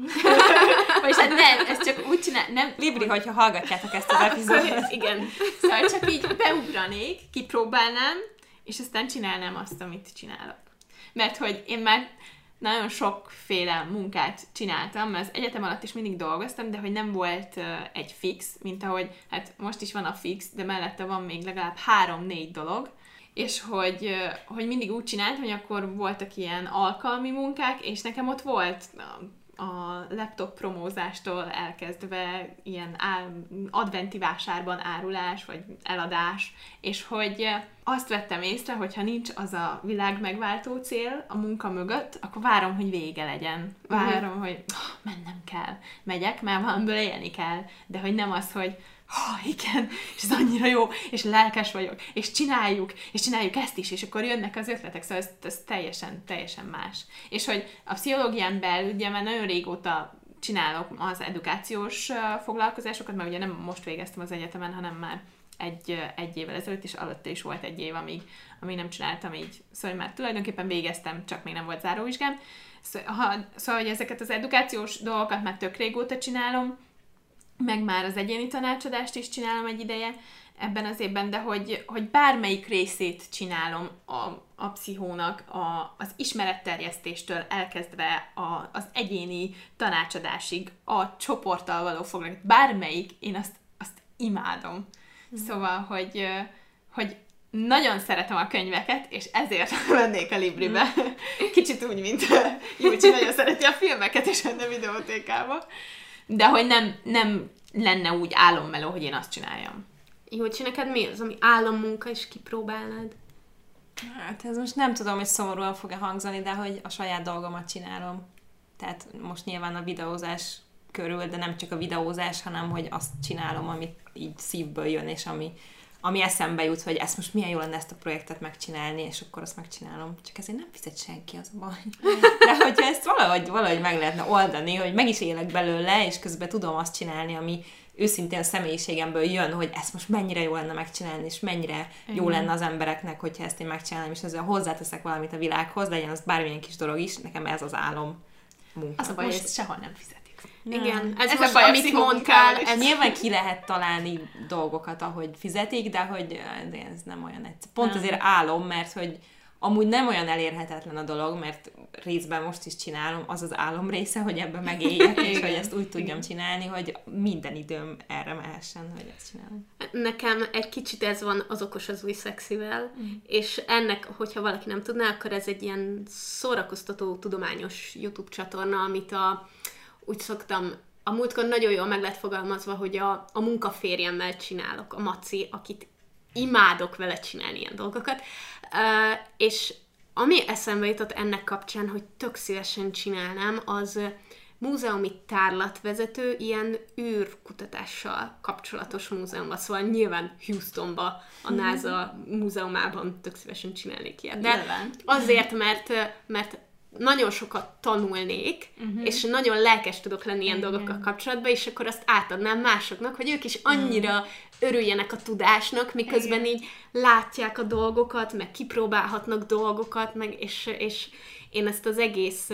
Vagyis hát nem, ez csak úgy csinál, nem... Libri, hogyha hallgatjátok ezt az epizódot. Igen. Szóval csak így beugranék, kipróbálnám, és aztán csinálnám azt, amit csinálok. Mert hogy én már nagyon sokféle munkát csináltam, mert az egyetem alatt is mindig dolgoztam, de hogy nem volt egy fix, mint ahogy, hát most is van a fix, de mellette van még legalább 3-4 dolog, és hogy mindig úgy csináltam, hogy akkor voltak ilyen alkalmi munkák, és nekem ott volt a laptop promózástól elkezdve ilyen adventi vásárban árulás, vagy eladás, és hogy azt vettem észre, hogyha nincs az a világ megváltó cél a munka mögött, akkor várom, hogy vége legyen. Várom, hogy mennem kell. Megyek, mert valamiből élni kell. De hogy nem az, hogy igen, és ez annyira jó, és lelkes vagyok, és csináljuk ezt is, és akkor jönnek az ötletek, szóval ez teljesen más. És hogy a pszichológián belül ugye már nagyon régóta csinálok az edukációs foglalkozásokat, mert ugye nem most végeztem az egyetemen, hanem már egy évvel ezelőtt, és előtte is volt egy év, amíg nem csináltam így. Szóval már tulajdonképpen végeztem, csak még nem volt záróvizsgám. Szóval, hogy ezeket az edukációs dolgokat már tök régóta csinálom, meg már az egyéni tanácsadást is csinálom egy ideje ebben az évben, de hogy bármelyik részét csinálom a pszichónak, az ismeretterjesztéstől elkezdve az egyéni tanácsadásig, a csoporttal való foglalkozás, bármelyik, én azt imádom. Szóval, hogy nagyon szeretem a könyveket, és ezért mennék a Libribe. Kicsit úgy, mint Júlcsi nagyon szereti a filmeket, és menne videótékába. De hogy nem lenne úgy álommeló, hogy én azt csináljam. Júlcsi, neked mi az, ami álommunka, és kipróbálnád? Hát ez most nem tudom, hogy szomorúan fog-e hangzani, de hogy a saját dolgomat csinálom. Tehát most nyilván a videózás körül, de nem csak a videózás, hanem hogy azt csinálom, amit így szívből jön, és ami eszembe jut, hogy ezt most milyen jó lenne ezt a projektet megcsinálni, és akkor azt megcsinálom. Csak ezért nem fizet senki, az a baj. De hogyha ezt valahogy meg lehetne oldani, hogy meg is élek belőle, és közben tudom azt csinálni, ami őszintén a személyiségemből jön, hogy ezt most mennyire jó lenne megcsinálni, és mennyire jó lenne az embereknek, hogyha ezt én megcsinálom, és ezzel hozzáteszek valamit a világhoz, legyen az bármilyen kis dolog is, nekem ez az álom munka. Az a baj, hogy ezt sehol nem fizetik. Igen, ez most, a baj, amit mondtál. Nyilván ki lehet találni dolgokat, ahogy fizetik, de hogy ez nem olyan egyszerű. Pont azért álom, mert hogy amúgy nem olyan elérhetetlen a dolog, mert részben most is csinálom, az az álom része, hogy ebben megéljek, és hogy ezt úgy tudjam csinálni, hogy minden időm erre mehessen, hogy ezt csinálom. Nekem egy kicsit ez van az Okos az új szexivel, és ennek, hogyha valaki nem tudná, akkor ez egy ilyen szórakoztató, tudományos YouTube csatorna, amit úgy szoktam, a múltkor nagyon jól meg lett fogalmazva, hogy a munkaférjemmel csinálok, a Maci, akit imádok vele csinálni ilyen dolgokat, és ami eszembe jutott ennek kapcsán, hogy tök szívesen csinálnám, az múzeumi tárlatvezető ilyen űrkutatással kapcsolatos múzeumban, szóval nyilván Houstonba, a NASA múzeumában tök szívesen csinálnék ilyet. De azért, mert nagyon sokat tanulnék, és nagyon lelkes tudok lenni ilyen dolgokkal kapcsolatban, és akkor azt átadnám másoknak, hogy ők is annyira örüljenek a tudásnak, miközben így látják a dolgokat, meg kipróbálhatnak dolgokat, meg és én ezt az egész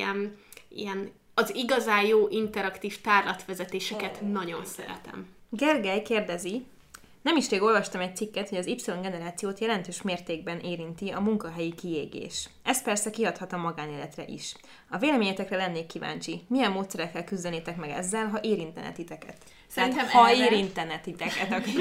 ilyen az igazán jó interaktív tárlatvezetéseket nagyon szeretem. Gergely kérdezi, nem is rég olvastam egy cikket, hogy az Y generációt jelentős mértékben érinti a munkahelyi kiégés. Ez persze kihathat a magánéletre is. A véleményetekre lennék kíváncsi. Milyen módszerekkel küzdenétek meg ezzel, ha érintene titeket? Szerintem ha érintene titeket, akkor...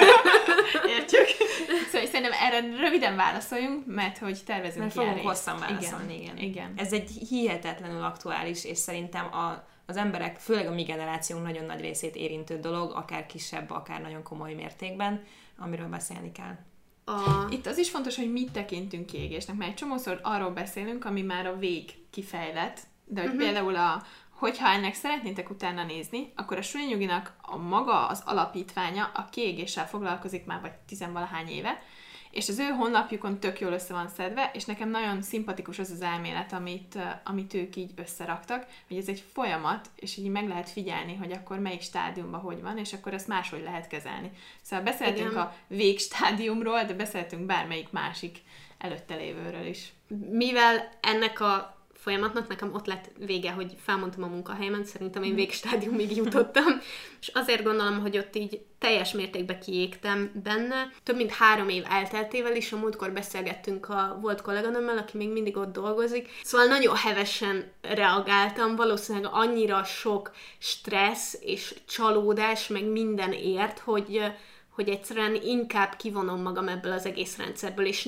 Értjük. Szóval szerintem erre röviden válaszoljunk, mert hogy tervezünk mert fogunk hosszan válaszolni, igen. Ez egy hihetetlenül aktuális, és szerintem az emberek, főleg a mi generációnk nagyon nagy részét érintő dolog, akár kisebb, akár nagyon komoly mértékben, amiről beszélni kell. Itt az is fontos, hogy mit tekintünk kiégésnek, mert egy csomószor arról beszélünk, ami már a vég kifejlett, de hogy például hogyha ennek szeretnétek utána nézni, akkor a Suli Nyuginak a maga az alapítványa a kiégéssel foglalkozik már vagy 10-valahány éve, és az ő honlapjukon tök jól össze van szedve, és nekem nagyon szimpatikus az az elmélet, amit ők így összeraktak, hogy ez egy folyamat, és így meg lehet figyelni, hogy akkor melyik stádiumban hogy van, és akkor ezt máshogy lehet kezelni. Szóval beszéltünk a végstádiumról, de beszéltünk bármelyik másik előtte lévőről is. Mivel ennek a folyamatnak nekem ott lett vége, hogy felmondtam a munkahelyemet, szerintem én végstádiumig jutottam, és azért gondolom, hogy ott így teljes mértékben kiégtem benne. Több mint 3 év elteltével is, a múltkor beszélgettünk a volt kolléganőmmel, aki még mindig ott dolgozik, szóval nagyon hevesen reagáltam, valószínűleg annyira sok stressz és csalódás, meg minden ért, hogy egyszerűen inkább kivonom magam ebből az egész rendszerből, és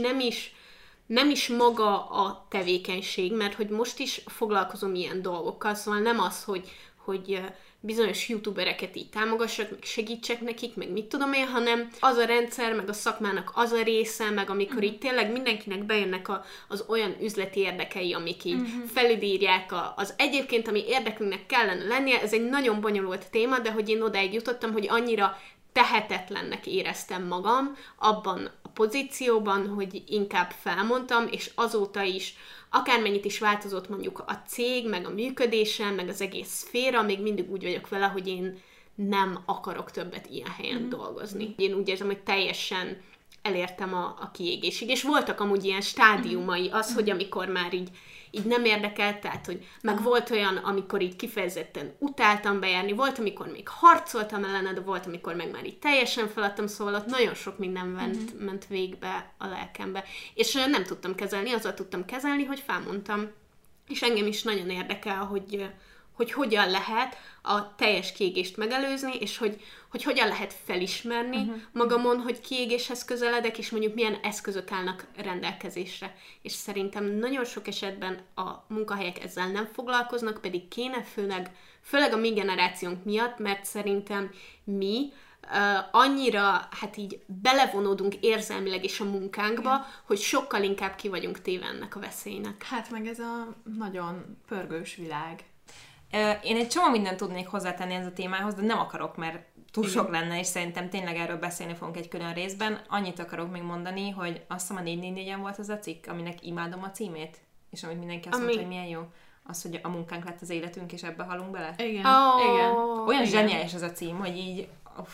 nem is maga a tevékenység, mert hogy most is foglalkozom ilyen dolgokkal, szóval nem az, hogy bizonyos youtubereket így támogassak, meg segítsek nekik, meg mit tudom én, hanem az a rendszer, meg a szakmának az a része, meg amikor így tényleg mindenkinek bejönnek az olyan üzleti érdekei, amik így felülírják az egyébként, ami érdekünknek kellene lennie, ez egy nagyon bonyolult téma, de hogy én odáig jutottam, hogy annyira tehetetlennek éreztem magam abban a pozícióban, hogy inkább felmondtam, és azóta is akármennyit is változott mondjuk a cég, meg a működése, meg az egész szféra, még mindig úgy vagyok vele, hogy én nem akarok többet ilyen helyen dolgozni. Én úgy érzem, hogy teljesen elértem a kiégésig, és voltak amúgy ilyen stádiumai, az, hogy amikor már így nem érdekelt, tehát, hogy meg volt olyan, amikor így kifejezetten utáltam bejárni, volt, amikor még harcoltam ellene, de volt, amikor meg már így teljesen feladtam, szóval ott nagyon sok minden ment végbe a lelkembe. És nem tudtam kezelni, azzal tudtam kezelni, hogy felmondtam. És engem is nagyon érdekel, hogy hogyan lehet a teljes kiégést megelőzni, és hogy hogyan lehet felismerni magamon, hogy kiégéshez közeledek, és mondjuk milyen eszközök állnak rendelkezésre. És szerintem nagyon sok esetben a munkahelyek ezzel nem foglalkoznak, pedig kéne, főleg a mi generációnk miatt, mert szerintem mi annyira hát így belevonódunk érzelmileg is a munkánkba, hogy sokkal inkább ki vagyunk téve ennek a veszélynek. Hát meg ez a nagyon pörgős világ. Én egy csomó mindent tudnék hozzátenni ez a témához, de nem akarok, mert túl sok lenne, és szerintem tényleg erről beszélni fogunk egy külön részben. Annyit akarok még mondani, hogy azt hiszem a 444-en volt az a cikk, aminek imádom a címét, és amit mindenki azt mondta, hogy milyen jó. Az, hogy a munkánk lett az életünk, és ebbe halunk bele. Igen. Igen. Olyan zseniális az a cím, hogy így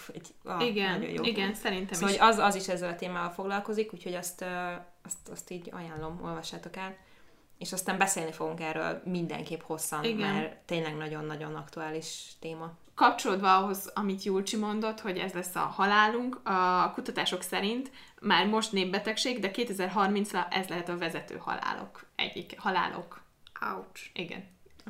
igen, nagyon jó. Igen, szerintem szóval, is. Hogy az is ezzel a témával foglalkozik, úgyhogy azt így ajánlom, olvassátok el. És aztán beszélni fogunk erről mindenképp hosszan, mert tényleg nagyon-nagyon aktuális téma. Kapcsolódva ahhoz, amit Julcsi mondott, hogy ez lesz a halálunk, a kutatások szerint már most népbetegség, de 2030-ra ez lehet a vezető halálok. Ouch. Igen.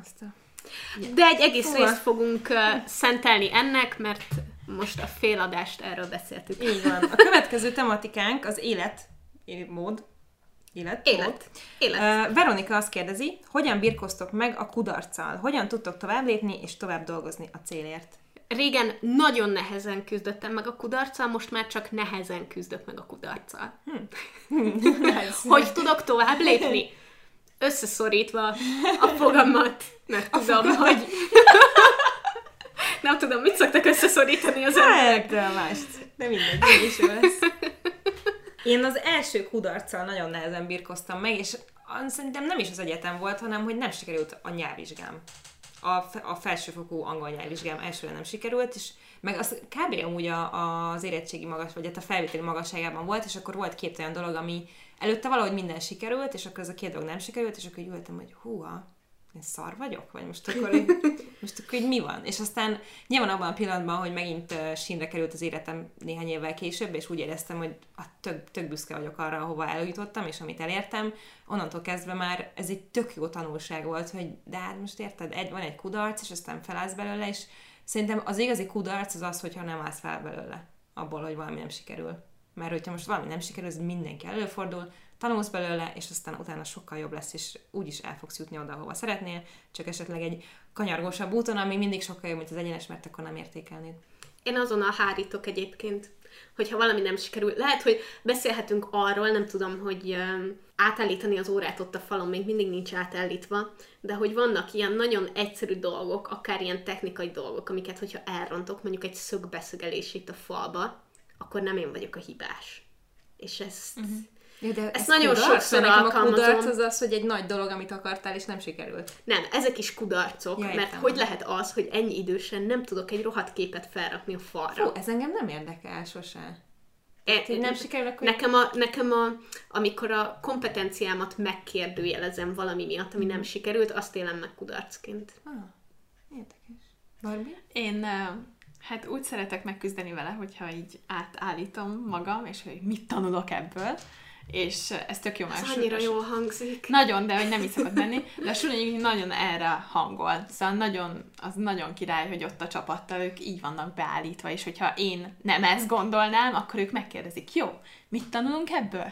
De egy egész részt fogunk szentelni ennek, mert most a féladást erről beszéltük. Így van. A következő tematikánk az életmód. Élet. Veronika azt kérdezi, hogyan birkoztok meg a kudarccal? Hogyan tudtok tovább lépni és tovább dolgozni a célért? Régen nagyon nehezen küzdöttem meg a kudarccal, most már csak nehezen küzdök meg a kudarccal. Hogy tudok tovább lépni? Összeszorítva a fogamat, mert tudom, hogy... Nem tudom, mit szoktak összeszorítani az emberek? De mást. De mindegy, is jó lesz. Én az első kudarccal nagyon nehezen birkoztam meg, és szerintem nem is az egyetem volt, hanem hogy nem sikerült a nyelvvizsgám. A felsőfokú angol nyelvvizsgám elsőre nem sikerült, és meg az kb. Amúgy az érettségi magas, vagy a felvételi magasságában volt, és akkor volt 2 olyan dolog, ami előtte valahogy minden sikerült, és akkor ez a 2 dolog nem sikerült, és akkor így ültem, hogy húha, én szar vagyok? Vagy most akkor így mi van? És aztán nyilván abban a pillanatban, hogy megint sínre került az életem néhány évvel később, és úgy éreztem, hogy tök büszke vagyok arra, ahova eljutottam, és amit elértem, onnantól kezdve már ez egy tök jó tanulság volt, hogy de hát most érted, van egy kudarc, és aztán felállsz belőle, és szerintem az igazi kudarc az az, hogyha nem állsz fel belőle abból, hogy valami nem sikerül. Mert hogyha most valami nem sikerül, ez mindenki előfordul, tanulsz belőle, és aztán utána sokkal jobb lesz, és úgyis el fogsz jutni oda, ahova szeretnél, csak esetleg egy kanyargósabb úton, ami mindig sokkal jobb, mint az egyenes, mert akkor nem értékelnéd. Én azonnal hárítok egyébként, hogyha valami nem sikerül. Lehet, hogy beszélhetünk arról, nem tudom, hogy átállítani az órát ott a falon, még mindig nincs átállítva, de hogy vannak ilyen nagyon egyszerű dolgok, akár ilyen technikai dolgok, amiket, hogyha elrontok, mondjuk egy szögbeszögelés itt a falba, akkor nem én vagyok a hibás. És ezt... Ja, de ezt nagyon sokszor alkalmazom. A kudarc az az, hogy egy nagy dolog, amit akartál, és nem sikerült. Nem, ezek is kudarcok, mert hogy lehet az, hogy ennyi idősen nem tudok egy rohadt képet felrakni a falra. Fú, ez engem nem érdekel sose. Nem sikerül, akkor... Nekem amikor a kompetenciámat megkérdőjelezem valami miatt, ami nem sikerült, azt élem meg kudarcként. Érdekes. Barbie? Én hát úgy szeretek megküzdeni vele, hogyha így átállítom magam, és hogy mit tanulok ebből, és ez tök jó Ez annyira jól hangzik. Nagyon, de hogy nem így szokott menni, de a Suli nagyon erre hangol. Szóval az nagyon király, hogy ott a csapattal ők így vannak beállítva, és hogyha én nem ezt gondolnám, akkor ők megkérdezik, jó, mit tanulunk ebből?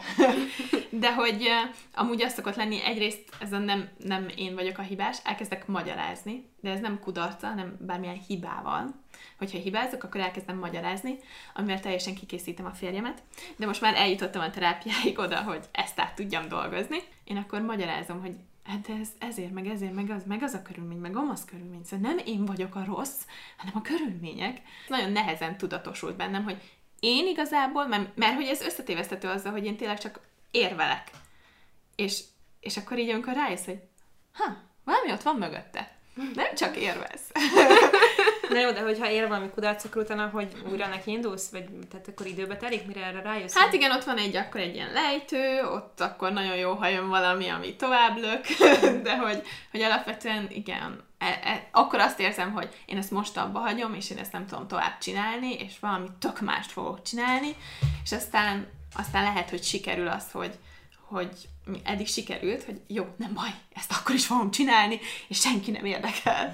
De hogy amúgy az szokott lenni, egyrészt ezen nem én vagyok a hibás, elkezdek magyarázni, de ez nem kudarca, hanem bármilyen hibával. Hogyha hibázok, akkor elkezdem magyarázni, amivel teljesen kikészítem a férjemet. De most már eljutottam a terápiáig oda, hogy ezt át tudjam dolgozni. Én akkor magyarázom, hogy hát ez ezért, meg az a körülmény, meg amaz körülmény. Szóval nem én vagyok a rossz, hanem a körülmények. Nagyon nehezen tudatosult bennem, hogy én igazából, mert hogy ez összetévesztető azzal, hogy én tényleg csak érvelek. És akkor így amikor rájössz, hogy valami ott van mögötte. Nem csak érvelsz. Na jó, de hogyha ér valami kudarc, akkor utána, hogy újra neki indulsz? Vagy tehát akkor időbe telik, mire erre rájössz? Hát igen, ott van akkor egy ilyen lejtő, ott akkor nagyon jó, ha jön valami, ami tovább lök, de hogy alapvetően igen, akkor azt érzem, hogy én ezt most abba hagyom, és én ezt nem tudom tovább csinálni, és valami tök mást fogok csinálni, és aztán lehet, hogy sikerül az, hogy eddig sikerült, hogy jó, nem baj, ezt akkor is fogom csinálni, és senki nem érdekel.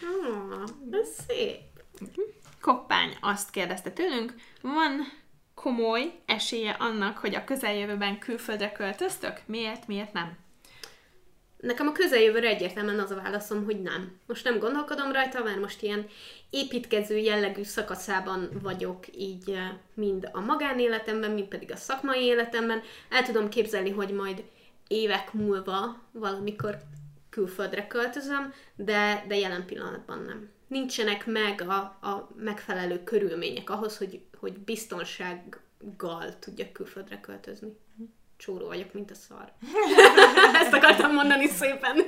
Ez szép. Koppány azt kérdezte tőlünk, van komoly esélye annak, hogy a közeljövőben külföldre költöztök? Miért nem? Nekem a közeljövőre egyértelműen az a válaszom, hogy nem. Most nem gondolkodom rajta, mert most ilyen építkező jellegű szakaszában vagyok így mind a magánéletemben, mind pedig a szakmai életemben. El tudom képzelni, hogy majd évek múlva valamikor külföldre költözöm, de jelen pillanatban nem. Nincsenek meg a megfelelő körülmények ahhoz, hogy biztonsággal tudjak külföldre költözni. Csóró vagyok, mint a szar. Ezt akartam mondani szépen.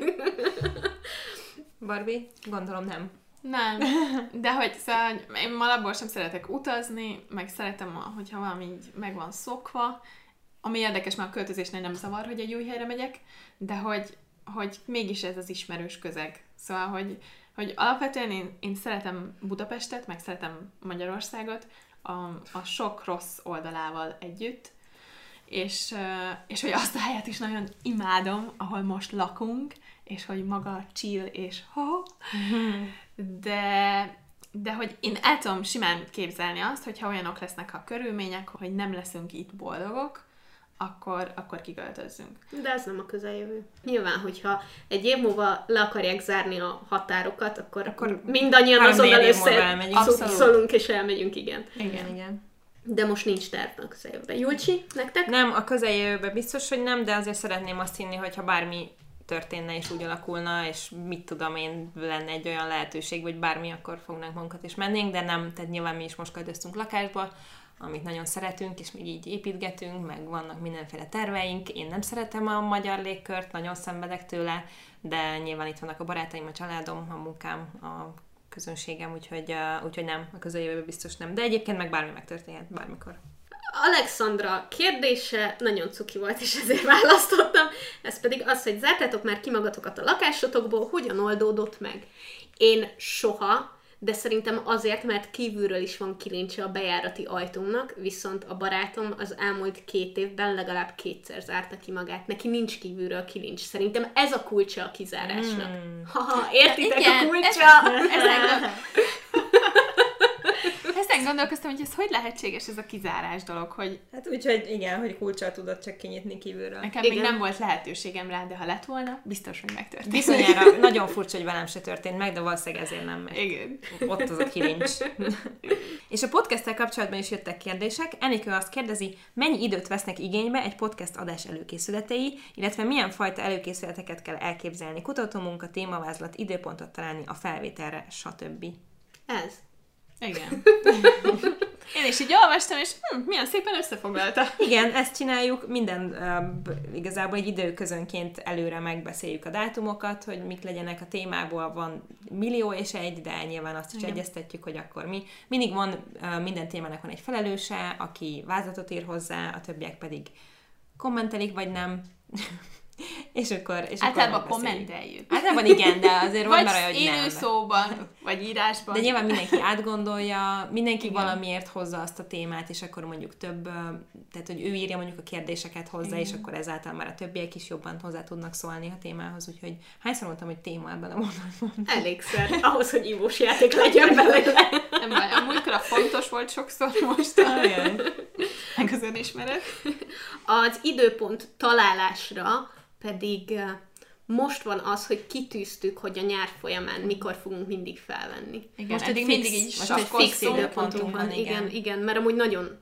Barbie? Gondolom nem. Nem. De hogy szóval én alapból sem szeretek utazni, meg szeretem, hogyha valami így meg van szokva. Ami érdekes, mert a költözésnél nem zavar, hogy egy új helyre megyek, de hogy mégis ez az ismerős közeg. Szóval, hogy alapvetően én szeretem Budapestet, meg szeretem Magyarországot a sok rossz oldalával együtt, és hogy azt a helyet is nagyon imádom, ahol most lakunk, és hogy maga chill, és de hogy én el tudom simán képzelni azt, hogyha olyanok lesznek a körülmények, hogy nem leszünk itt boldogok, akkor kiköltözzünk. De ez nem a közeljövő. Nyilván, hogyha egy év múlva le akarják zárni a határokat, akkor mindannyian azonnal összeszólunk és elmegyünk, igen. Igen. De most nincs terv a közeljövőben. Julcsi, nektek? Nem, a közeljövőben biztos, hogy nem, de azért szeretném azt hinni, hogyha bármi történne és úgy alakulna, és mit tudom én, lenne egy olyan lehetőség, vagy bármi, akkor fognánk magunkat és mennénk, de nem, tehát nyilván mi is most költöztünk lakásba, amit nagyon szeretünk, és még így építgetünk, meg vannak mindenféle terveink. Én nem szeretem a magyar légkört, nagyon szenvedek tőle, de nyilván itt vannak a barátaim, a családom, a munkám, a közönségem, úgyhogy nem, a közeljövőben biztos nem. De egyébként meg bármi megtörténhet, bármikor. Alexandra kérdése nagyon cuki volt, és ezért választottam. Ez pedig az, hogy zártátok már ki magatokat a lakásotokból, hogyan oldódott meg? Én soha, de szerintem azért, mert kívülről is van kilincse a bejárati ajtónak, viszont a barátom az elmúlt 2 évben legalább 2-szer zárta ki magát. Neki nincs kívülről kilincs. Szerintem ez a kulcsa a kizárásnak. Értitek a kulcsa? Ezen gondolkoztam, hogy ez hogy lehetséges ez a kizárás dolog, hogy... Hát úgyhogy igen, hogy kulccsal tudod csak kinyitni kívülről. Nekem még nem volt lehetőségem rá, de ha lett volna, biztos, hogy megtörtént. Bizonyára nagyon furcsa, hogy velem se történt meg, de valószínűleg ezért nem megy. Igen. Ott az a kilincs. És a podcasttel kapcsolatban is jöttek kérdések. Enikő azt kérdezi, mennyi időt vesznek igénybe egy podcast adás előkészületei, illetve milyen fajta előkészületeket kell elképzelni, kutatómunka, témavázlat, időpontot találni a felvételre, stb. Ez. Igen. Én is így olvastam, és milyen szépen összefoglalta. Igen, ezt csináljuk, minden igazából egy időközönként előre megbeszéljük a dátumokat, hogy mik legyenek a témából, van 1,000,001, de nyilván azt is egyeztetjük, hogy akkor mi. Mindig van, minden témának van egy felelőse, aki vázlatot ír hozzá, a többiek pedig kommentelik, vagy nem. És akkor általában kommenteljük. Általában igen, de azért van már olyan, hogy nem. Vagy élő szóban, vagy írásban. De nyilván mindenki átgondolja, mindenki valamiért hozza azt a témát, és akkor mondjuk több, tehát hogy ő írja mondjuk a kérdéseket hozzá, és akkor ezáltal már a többiek is jobban hozzá tudnak szólni a témához, úgyhogy hányszor mondtam, hogy téma ebben a mondatban? Elégszer, ahhoz, hogy ívós játék legyen belőle. Nem baj, a múltkor a fontos volt sokszor, most meg az önismeret. Az időpont találásra pedig most van az, hogy kitűztük, hogy a nyár folyamán mikor fogunk mindig felvenni. Igen, most eddig mindig így most egy fix időpontunk van. Igen, mert amúgy nagyon,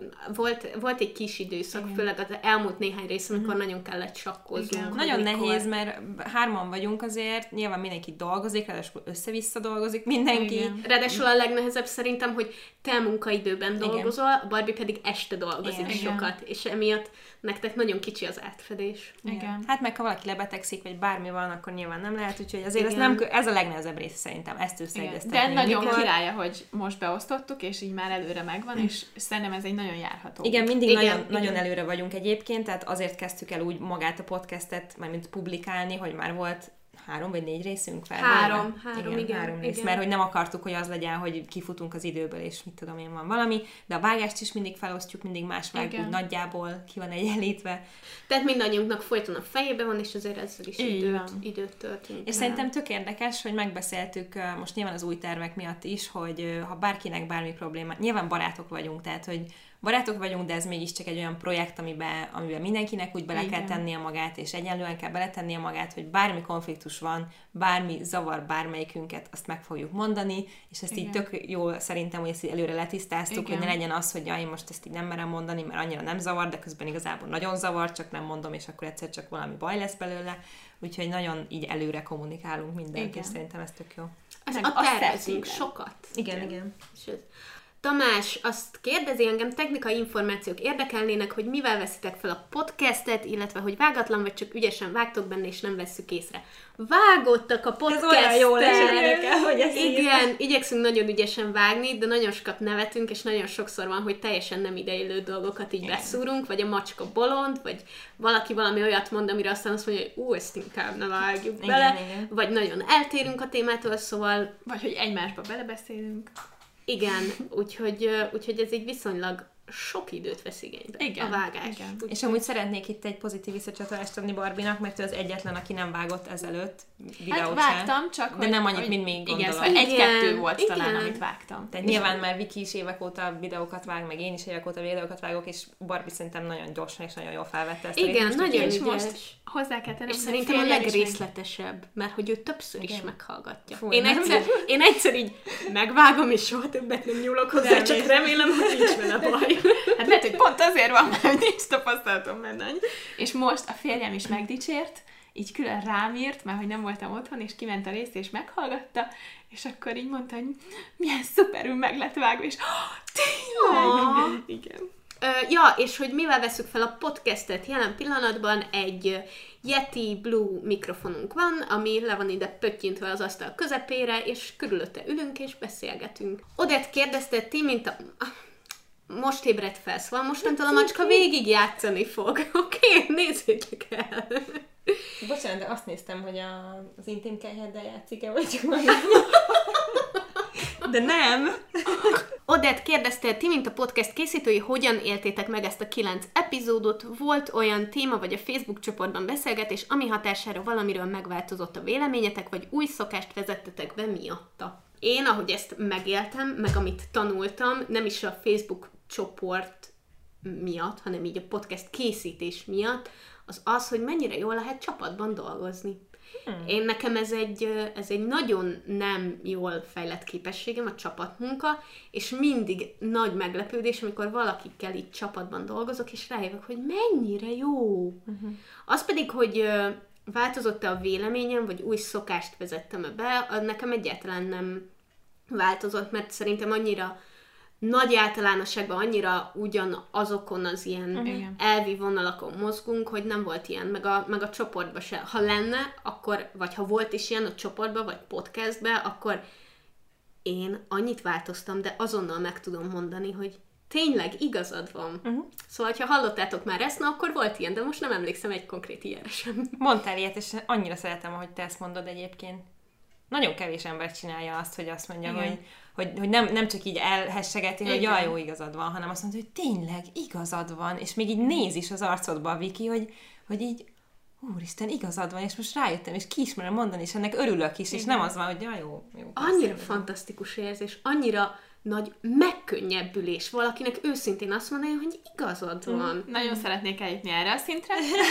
volt egy kis időszak, főleg az elmúlt néhány rész, amikor nagyon kellett sakkoznunk. Nagyon nehéz, mert 3 vagyunk azért, nyilván mindenki dolgozik, ráadásul össze-vissza dolgozik mindenki. Igen. Ráadásul a legnehezebb szerintem, hogy te munkaidőben dolgozol, a Barbie pedig este dolgozik sokat, és emiatt nektek nagyon kicsi az átfedés. Igen. Hát meg ha valaki lebetegszik, vagy bármi van, akkor nyilván nem lehet, úgyhogy azért ez a legnehezebb része szerintem, ezt összeegyeztetni. De nagyon királya, hogy most beosztottuk, és így már előre megvan, és szerintem ez egy nagyon járható. Igen, mindig nagyon előre vagyunk egyébként, tehát azért kezdtük el úgy magát a podcastet, mármint publikálni, hogy már volt 3 vagy 4 részünk fel? 3 rész, mert hogy nem akartuk, hogy az legyen, hogy kifutunk az időből, és mit tudom én, van valami, de a vágást is mindig felosztjuk, mindig más vág, úgy nagyjából ki van egyenlítve. Tehát mindannyiunknak folyton a fejében van, és azért ezzel is időt töltünk. És szerintem tök érdekes, hogy megbeszéltük most nyilván az új tervek miatt is, hogy ha bárkinek bármi probléma, nyilván barátok vagyunk, tehát hogy barátok vagyunk, de ez mégiscsak egy olyan projekt, amiben mindenkinek úgy bele kell tennie magát, és egyenlően kell beletennie magát, hogy bármi konfliktus van, bármi zavar bármelyikünket, azt meg fogjuk mondani, és ezt így tök jól szerintem, hogy ezt így előre letisztáztuk, hogy ne legyen az, hogy én most ezt így nem merem mondani, mert annyira nem zavar, de közben igazából nagyon zavar, csak nem mondom, és akkor egyszer csak valami baj lesz belőle. Úgyhogy nagyon így előre kommunikálunk mindent, és szerintem ez tök jó. Tervezünk sokat. Igen. Tamás azt kérdezi, engem technikai információk érdekelnének, hogy mivel veszitek fel a podcastet, illetve hogy vágatlan, vagy csak ügyesen vágtok benne, és nem vesszük észre. Vágottak a podcastet! Ez olyan jól esik, hogy ezt igen, igyekszünk nagyon ügyesen vágni, de nagyon sokat nevetünk, és nagyon sokszor van, hogy teljesen nem ideillő dolgokat így beszúrunk, vagy a macska bolond, vagy valaki valami olyat mond, amire aztán azt mondja, hogy ezt inkább ne vágjuk bele, vagy nagyon eltérünk a témától, szóval... Vagy hogy egymásba belebeszélünk. Igen, úgyhogy ez így viszonylag sok időt vesz igénybe a vágás. Igen. És amúgy szeretnék itt egy pozitív visszacsatolást adni Barbinak, mert ő az egyetlen, aki nem vágott ezelőtt videót hát vágtam, csak de nem annyit, mint még gondolom. Igen, 1-2 volt talán, amit vágtam. Tehát nyilván már Viki is évek óta videókat vág, meg én is évek óta videókat vágok, és Barbie szerintem nagyon gyorsan és nagyon jól felvette ezt a igen, nagyon ügyes. Most hozzá kell tennem, és szerintem a legrészletesebb, mert hogy ő többször is meghallgatja. Én egyszer így megvágom, és soha többet nem nyúlok hozzá, csak remélem, hogy nincs vele baj. Hát lehet, hogy pont azért van, hogy nincs tapasztalatom benne. És most a férjem is megdicsért, így külön rám írt, mert hogy nem voltam otthon, és kiment a részt, és meghallgatta, és akkor így mondta, hogy milyen szuperül meg lett vágva, és tényleg! Igen. Ja, és hogy mivel veszük fel a podcastet, jelen pillanatban egy Yeti Blue mikrofonunk van, ami le van ide pöttyintve az asztal közepére, és körülötte ülünk és beszélgetünk. Odett kérdezte, ti, mint a... Most ébredt fel, szóval mostantól a macska végig játszani fog. Oké, nézzétek el! Bocsánat, de azt néztem, hogy az intim kelyheddel játszik-e, vagy csak majd... De nem! Odett kérdezte, ti, mint a podcast készítői, hogyan éltétek meg ezt a 9 epizódot? Volt olyan téma, vagy a Facebook csoportban beszélgetés, ami hatására valamiről megváltozott a véleményetek, vagy új szokást vezettetek be miatta? Én, ahogy ezt megéltem, meg amit tanultam, nem is a Facebook csoport miatt, hanem így a podcast készítés miatt, az, hogy mennyire jól lehet csapatban dolgozni. Nekem ez egy nagyon nem jól fejlett képességem, a csapatmunka, és mindig nagy meglepődés, amikor valakikkel így csapatban dolgozok, és rájövök, hogy mennyire jó. Az pedig, hogy változott-e a véleményem, vagy új szokást vezettem be, nekem egyáltalán nem változott, mert szerintem annyira nagy általánosságban annyira ugyanazokon az ilyen elvi vonalakon mozgunk, hogy nem volt ilyen, meg a csoportban se. Ha lenne, akkor, vagy ha volt is ilyen a csoportban, vagy podcastben, akkor én annyit változtam, de azonnal meg tudom mondani, hogy tényleg igazad van. Szóval, ha hallottátok már ezt, akkor volt ilyen, de most nem emlékszem egy konkrét ilyenre sem. Mondtál ilyet, és annyira szeretem, ahogy te ezt mondod egyébként. Nagyon kevés ember csinálja azt, hogy azt mondja, hogy nem csak így elhessegeti, hogy jaj, jó, igazad van, hanem azt mondja, hogy tényleg igazad van, és még így néz is az arcodba a Viki, hogy így úristen, igazad van, és most rájöttem, és ki ismerem mondani, és ennek örülök is, és nem az van, hogy jaj, jó. Annyira fantasztikus érzés, annyira nagy megkönnyebbülés valakinek őszintén azt mondani, hogy igazad van. Nagyon szeretnék eljutni erre a szintre.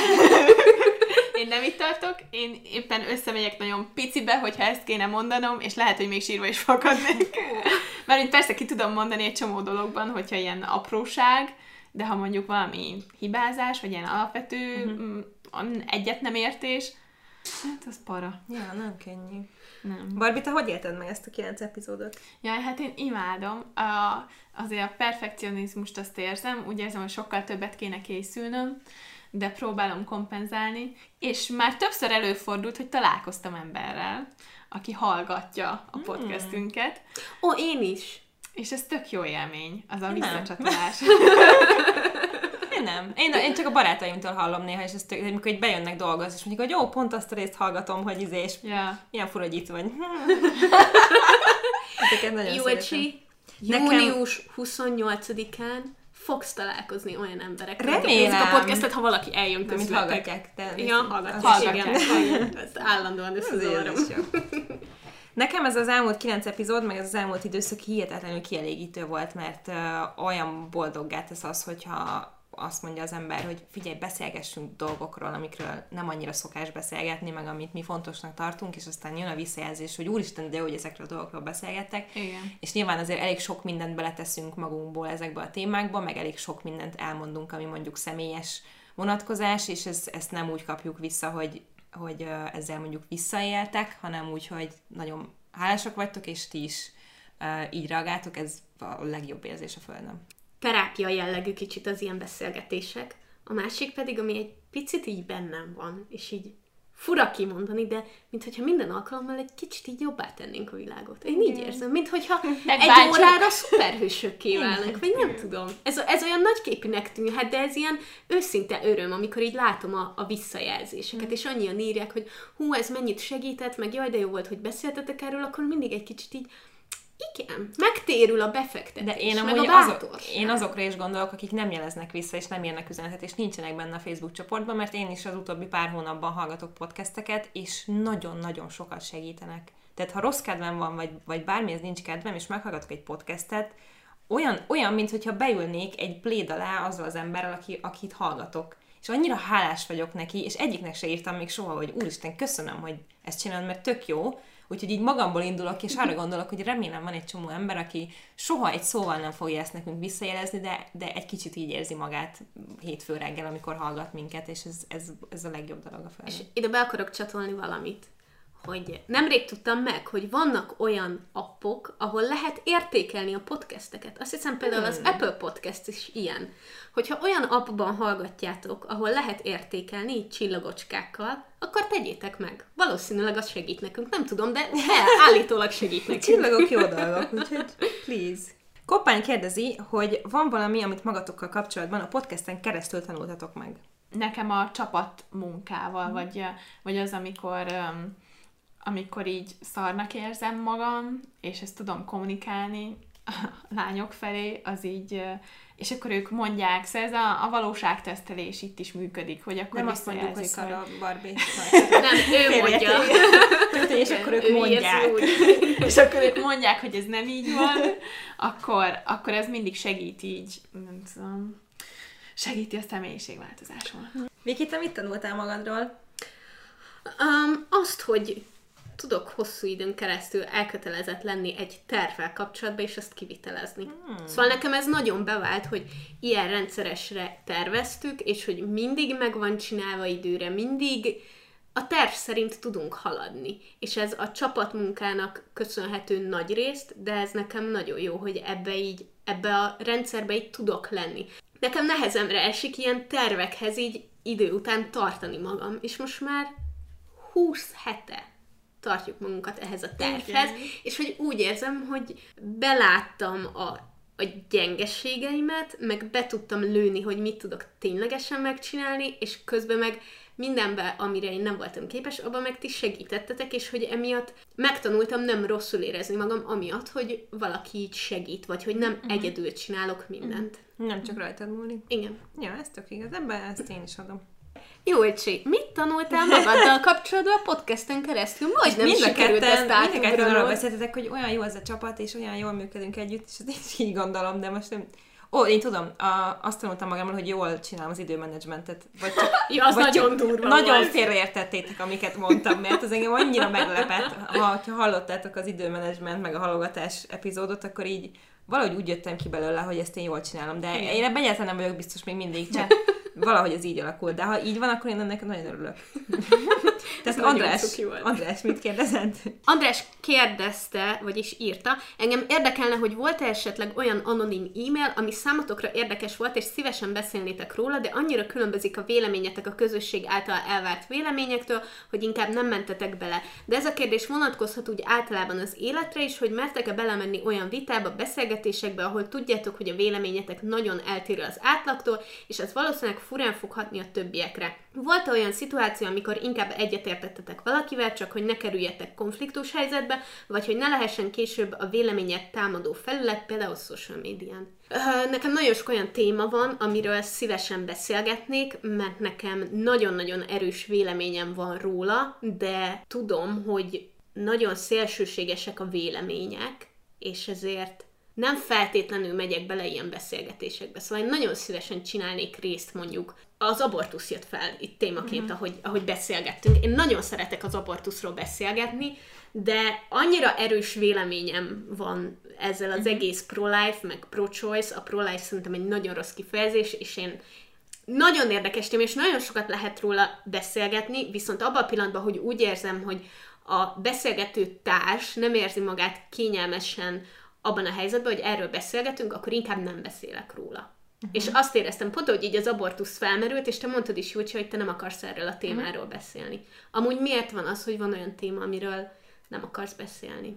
Én nem itt tartok, én éppen összemegyek nagyon picibe, hogyha ezt kéne mondanom, és lehet, hogy még sírva is fakadnék. Mert persze ki tudom mondani egy csomó dologban, hogyha ilyen apróság, de ha mondjuk valami hibázás, vagy ilyen alapvető egyet nem értés, hát az para. Ja, nem könnyű. Nem. Barbie, te hogy élted meg ezt a 9 epizódot? Jaj, hát én imádom. Azért a perfekcionizmust azt érzem, úgy érzem, hogy sokkal többet kéne készülnöm, de próbálom kompenzálni, és már többször előfordult, hogy találkoztam emberrel, aki hallgatja a podcastünket. Ó, én is! És ez tök jó élmény, az a visszacsatolás. Én nem. Én csak a barátaimtól hallom néha, és ezt, amikor így bejönnek dolgozni, és mondjuk, hogy jó, pont azt a részt hallgatom, hogy és milyen fura, hogy itt vagy. Júlcsi, június 28-án fogsz találkozni olyan emberekkel. Remélem. A podcastet, ha valaki eljön közületek. Hallgatják. Ja, hallgatják. Ezt állandóan összezavarom. Nekem ez az elmúlt 9 epizód, meg ez az elmúlt időszak hihetetlenül kielégítő volt, mert olyan boldoggá tesz az, hogyha azt mondja az ember, hogy figyelj, beszélgessünk dolgokról, amikről nem annyira szokás beszélgetni, meg amit mi fontosnak tartunk, és aztán jön a visszajelzés, hogy úristen, de jó, hogy ezekről a dolgokról beszélgettek. Igen. És nyilván azért elég sok mindent beleteszünk magunkból ezekbe a témákba, meg elég sok mindent elmondunk, ami mondjuk személyes vonatkozás, és ezt nem úgy kapjuk vissza, hogy ezzel mondjuk visszaéltek, hanem úgy, hogy nagyon hálásak vagytok, és ti is így reagáltok, ez a legjobb érzés a Földön. Terápia jellegű kicsit az ilyen beszélgetések. A másik pedig, ami egy picit így bennem van, és így fura kimondani, de minthogyha minden alkalommal egy kicsit így jobbá tennénk a világot. Én így érzem, minthogyha egy órára szuperhősökké válnak, vagy nem tudom. Ez olyan nagyképűnek tűnhet, de ez ilyen őszinte öröm, amikor így látom a visszajelzéseket, és annyian írják, hogy hú, ez mennyit segített, meg jaj, de jó volt, hogy beszéltetek erről, akkor mindig egy kicsit így igen, megtérül a befektetés, de én meg a bátorság. Én azokra is gondolok, akik nem jeleznek vissza, és nem írnak üzenetet, és nincsenek benne a Facebook csoportban, mert én is az utóbbi pár hónapban hallgatok podcasteket, és nagyon-nagyon sokat segítenek. Tehát ha rossz kedvem van, vagy bármihez nincs kedvem, és meghallgatok egy podcastet, olyan mintha beülnék egy pléd alá azzal az emberrel, akit hallgatok. És annyira hálás vagyok neki, és egyiknek se írtam még soha, hogy úristen, köszönöm, hogy ezt csinálod, mert tök jó. Úgyhogy így magamból indulok, és arra gondolok, hogy remélem van egy csomó ember, aki soha egy szóval nem fogja ezt nekünk visszajelezni, de egy kicsit így érzi magát hétfő reggel, amikor hallgat minket, és ez a legjobb dolog a földön. És ide be akarok csatolni valamit, hogy nemrég tudtam meg, hogy vannak olyan appok, ahol lehet értékelni a podcasteket. Azt hiszem például az Apple Podcast is ilyen. Hogyha olyan appban hallgatjátok, ahol lehet értékelni csillagocskákkal, akkor tegyétek meg. Valószínűleg az segít nekünk, nem tudom, de állítólag segít nekünk. Csillagok jó dolgok, úgyhogy please. Koppány kérdezi, hogy van valami, amit magatokkal kapcsolatban a podcasten keresztül tanultatok meg? Nekem a csapatmunkával, vagy az, amikor így szarnak érzem magam, és ezt tudom kommunikálni a lányok felé, az így, és akkor ők mondják, szóval ez a valóságtesztelés itt is működik, hogy akkor nem azt mondjuk, hogy szar a Barbie. Nem, ő mondja. És akkor ők mondják. És akkor ők mondják, hogy ez nem így van, akkor ez mindig segít így, nem tudom, segíti a személyiségváltozáson. Viki, te mit tanultál magadról? Azt, hogy tudok hosszú időn keresztül elkötelezett lenni egy tervvel kapcsolatban, és azt kivitelezni. Szóval nekem ez nagyon bevált, hogy ilyen rendszeresre terveztük, és hogy mindig meg van csinálva időre, mindig a terv szerint tudunk haladni. És ez a csapatmunkának köszönhető nagy részt, de ez nekem nagyon jó, hogy ebbe a rendszerbe így tudok lenni. Nekem nehezemre esik ilyen tervekhez így idő után tartani magam, és most már 20 hete tartjuk magunkat ehhez a tervhez, és hogy úgy érzem, hogy beláttam a gyengeségeimet, meg be tudtam lőni, hogy mit tudok ténylegesen megcsinálni, és közben meg mindenben, amire én nem voltam képes, abban meg ti segítettetek, és hogy emiatt megtanultam nem rosszul érezni magam, amiatt, hogy valaki így segít, vagy hogy nem egyedül csinálok mindent. Nem csak rajtad múlik. Igen. Ja, ez tök igaz. Ebben ezt én is adom. Jó, Öcsi, mit tanultál magaddal kapcsolatban a podcasten keresztül? Majdnem sikerült ezt átugranom. Mind a ketten arról beszéltetek, hogy olyan jó ez a csapat, és olyan jól működünk együtt, és ezt így gondolom, de most nem... Én tudom, azt tanultam magamról, hogy jól csinálom az időmenedzsmentet. Vagy csak, ja, az nagyon durva. Nagyon félreértettétek, amiket mondtam, mert az engem annyira meglepett. Ha hallottátok az időmenedzsment, meg a halogatás epizódot, akkor így valahogy úgy jöttem ki belőle, hogy ezt én jól csinálom, de én ebben egyáltalán nem vagyok biztos még mindig, csak valahogy ez így alakul. De ha így van, akkor én ennek nagyon örülök. Tehát András, mit kérdezed? András kérdezte, vagyis írta, engem érdekelne, hogy volt-e esetleg olyan anonim e-mail, ami számotokra érdekes volt, és szívesen beszélnétek róla, de annyira különbözik a véleményetek a közösség által elvárt véleményektől, hogy inkább nem mentetek bele. De ez a kérdés vonatkozhat úgy általában az életre is, hogy mertek-e belemenni olyan vitába, beszélgetésekbe, ahol tudjátok, hogy a véleményetek nagyon eltérő az átlagtól, és ez valószínűleg furán fog hatni a többiekre. Volt olyan szituáció, amikor inkább egyetértettetek valakivel, csak hogy ne kerüljetek konfliktus helyzetbe, vagy hogy ne lehessen később a véleményet támadó felület, például social médián. Nekem nagyon sok olyan téma van, amiről szívesen beszélgetnék, mert nekem nagyon-nagyon erős véleményem van róla, de tudom, hogy nagyon szélsőségesek a vélemények, és ezért nem feltétlenül megyek bele ilyen beszélgetésekbe. Szóval én nagyon szívesen csinálnék részt, mondjuk az abortusz jött fel itt témaként, ahogy beszélgettünk. Én nagyon szeretek az abortuszról beszélgetni, de annyira erős véleményem van ezzel az egész pro-life, meg pro-choice. A pro-life szerintem egy nagyon rossz kifejezés, és én nagyon érdekes téma, és nagyon sokat lehet róla beszélgetni, viszont abban a pillanatban, hogy úgy érzem, hogy a beszélgető társ nem érzi magát kényelmesen abban a helyzetben, hogy erről beszélgetünk, akkor inkább nem beszélek róla. És azt éreztem pont, hogy így az abortusz felmerült, és te mondtad is, Júcsi, hogy te nem akarsz erről a témáról beszélni. Amúgy miért van az, hogy van olyan téma, amiről nem akarsz beszélni?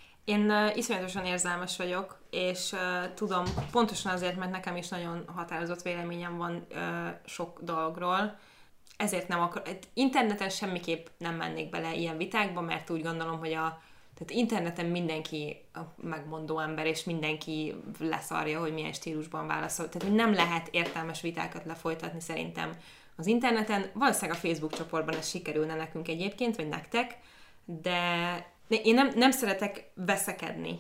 Én iszonyatosan érzelmes vagyok, és tudom, pontosan azért, mert nekem is nagyon határozott véleményem van sok dologról, ezért nem interneten semmiképp nem mennék bele ilyen vitákba, mert úgy gondolom, hogy tehát interneten mindenki a megmondó ember, és mindenki leszarja, hogy milyen stílusban válaszol. Tehát, hogy nem lehet értelmes vitákat lefolytatni szerintem az interneten. Valószínűleg a Facebook csoportban ez sikerülne nekünk egyébként, vagy nektek, de én nem szeretek veszekedni.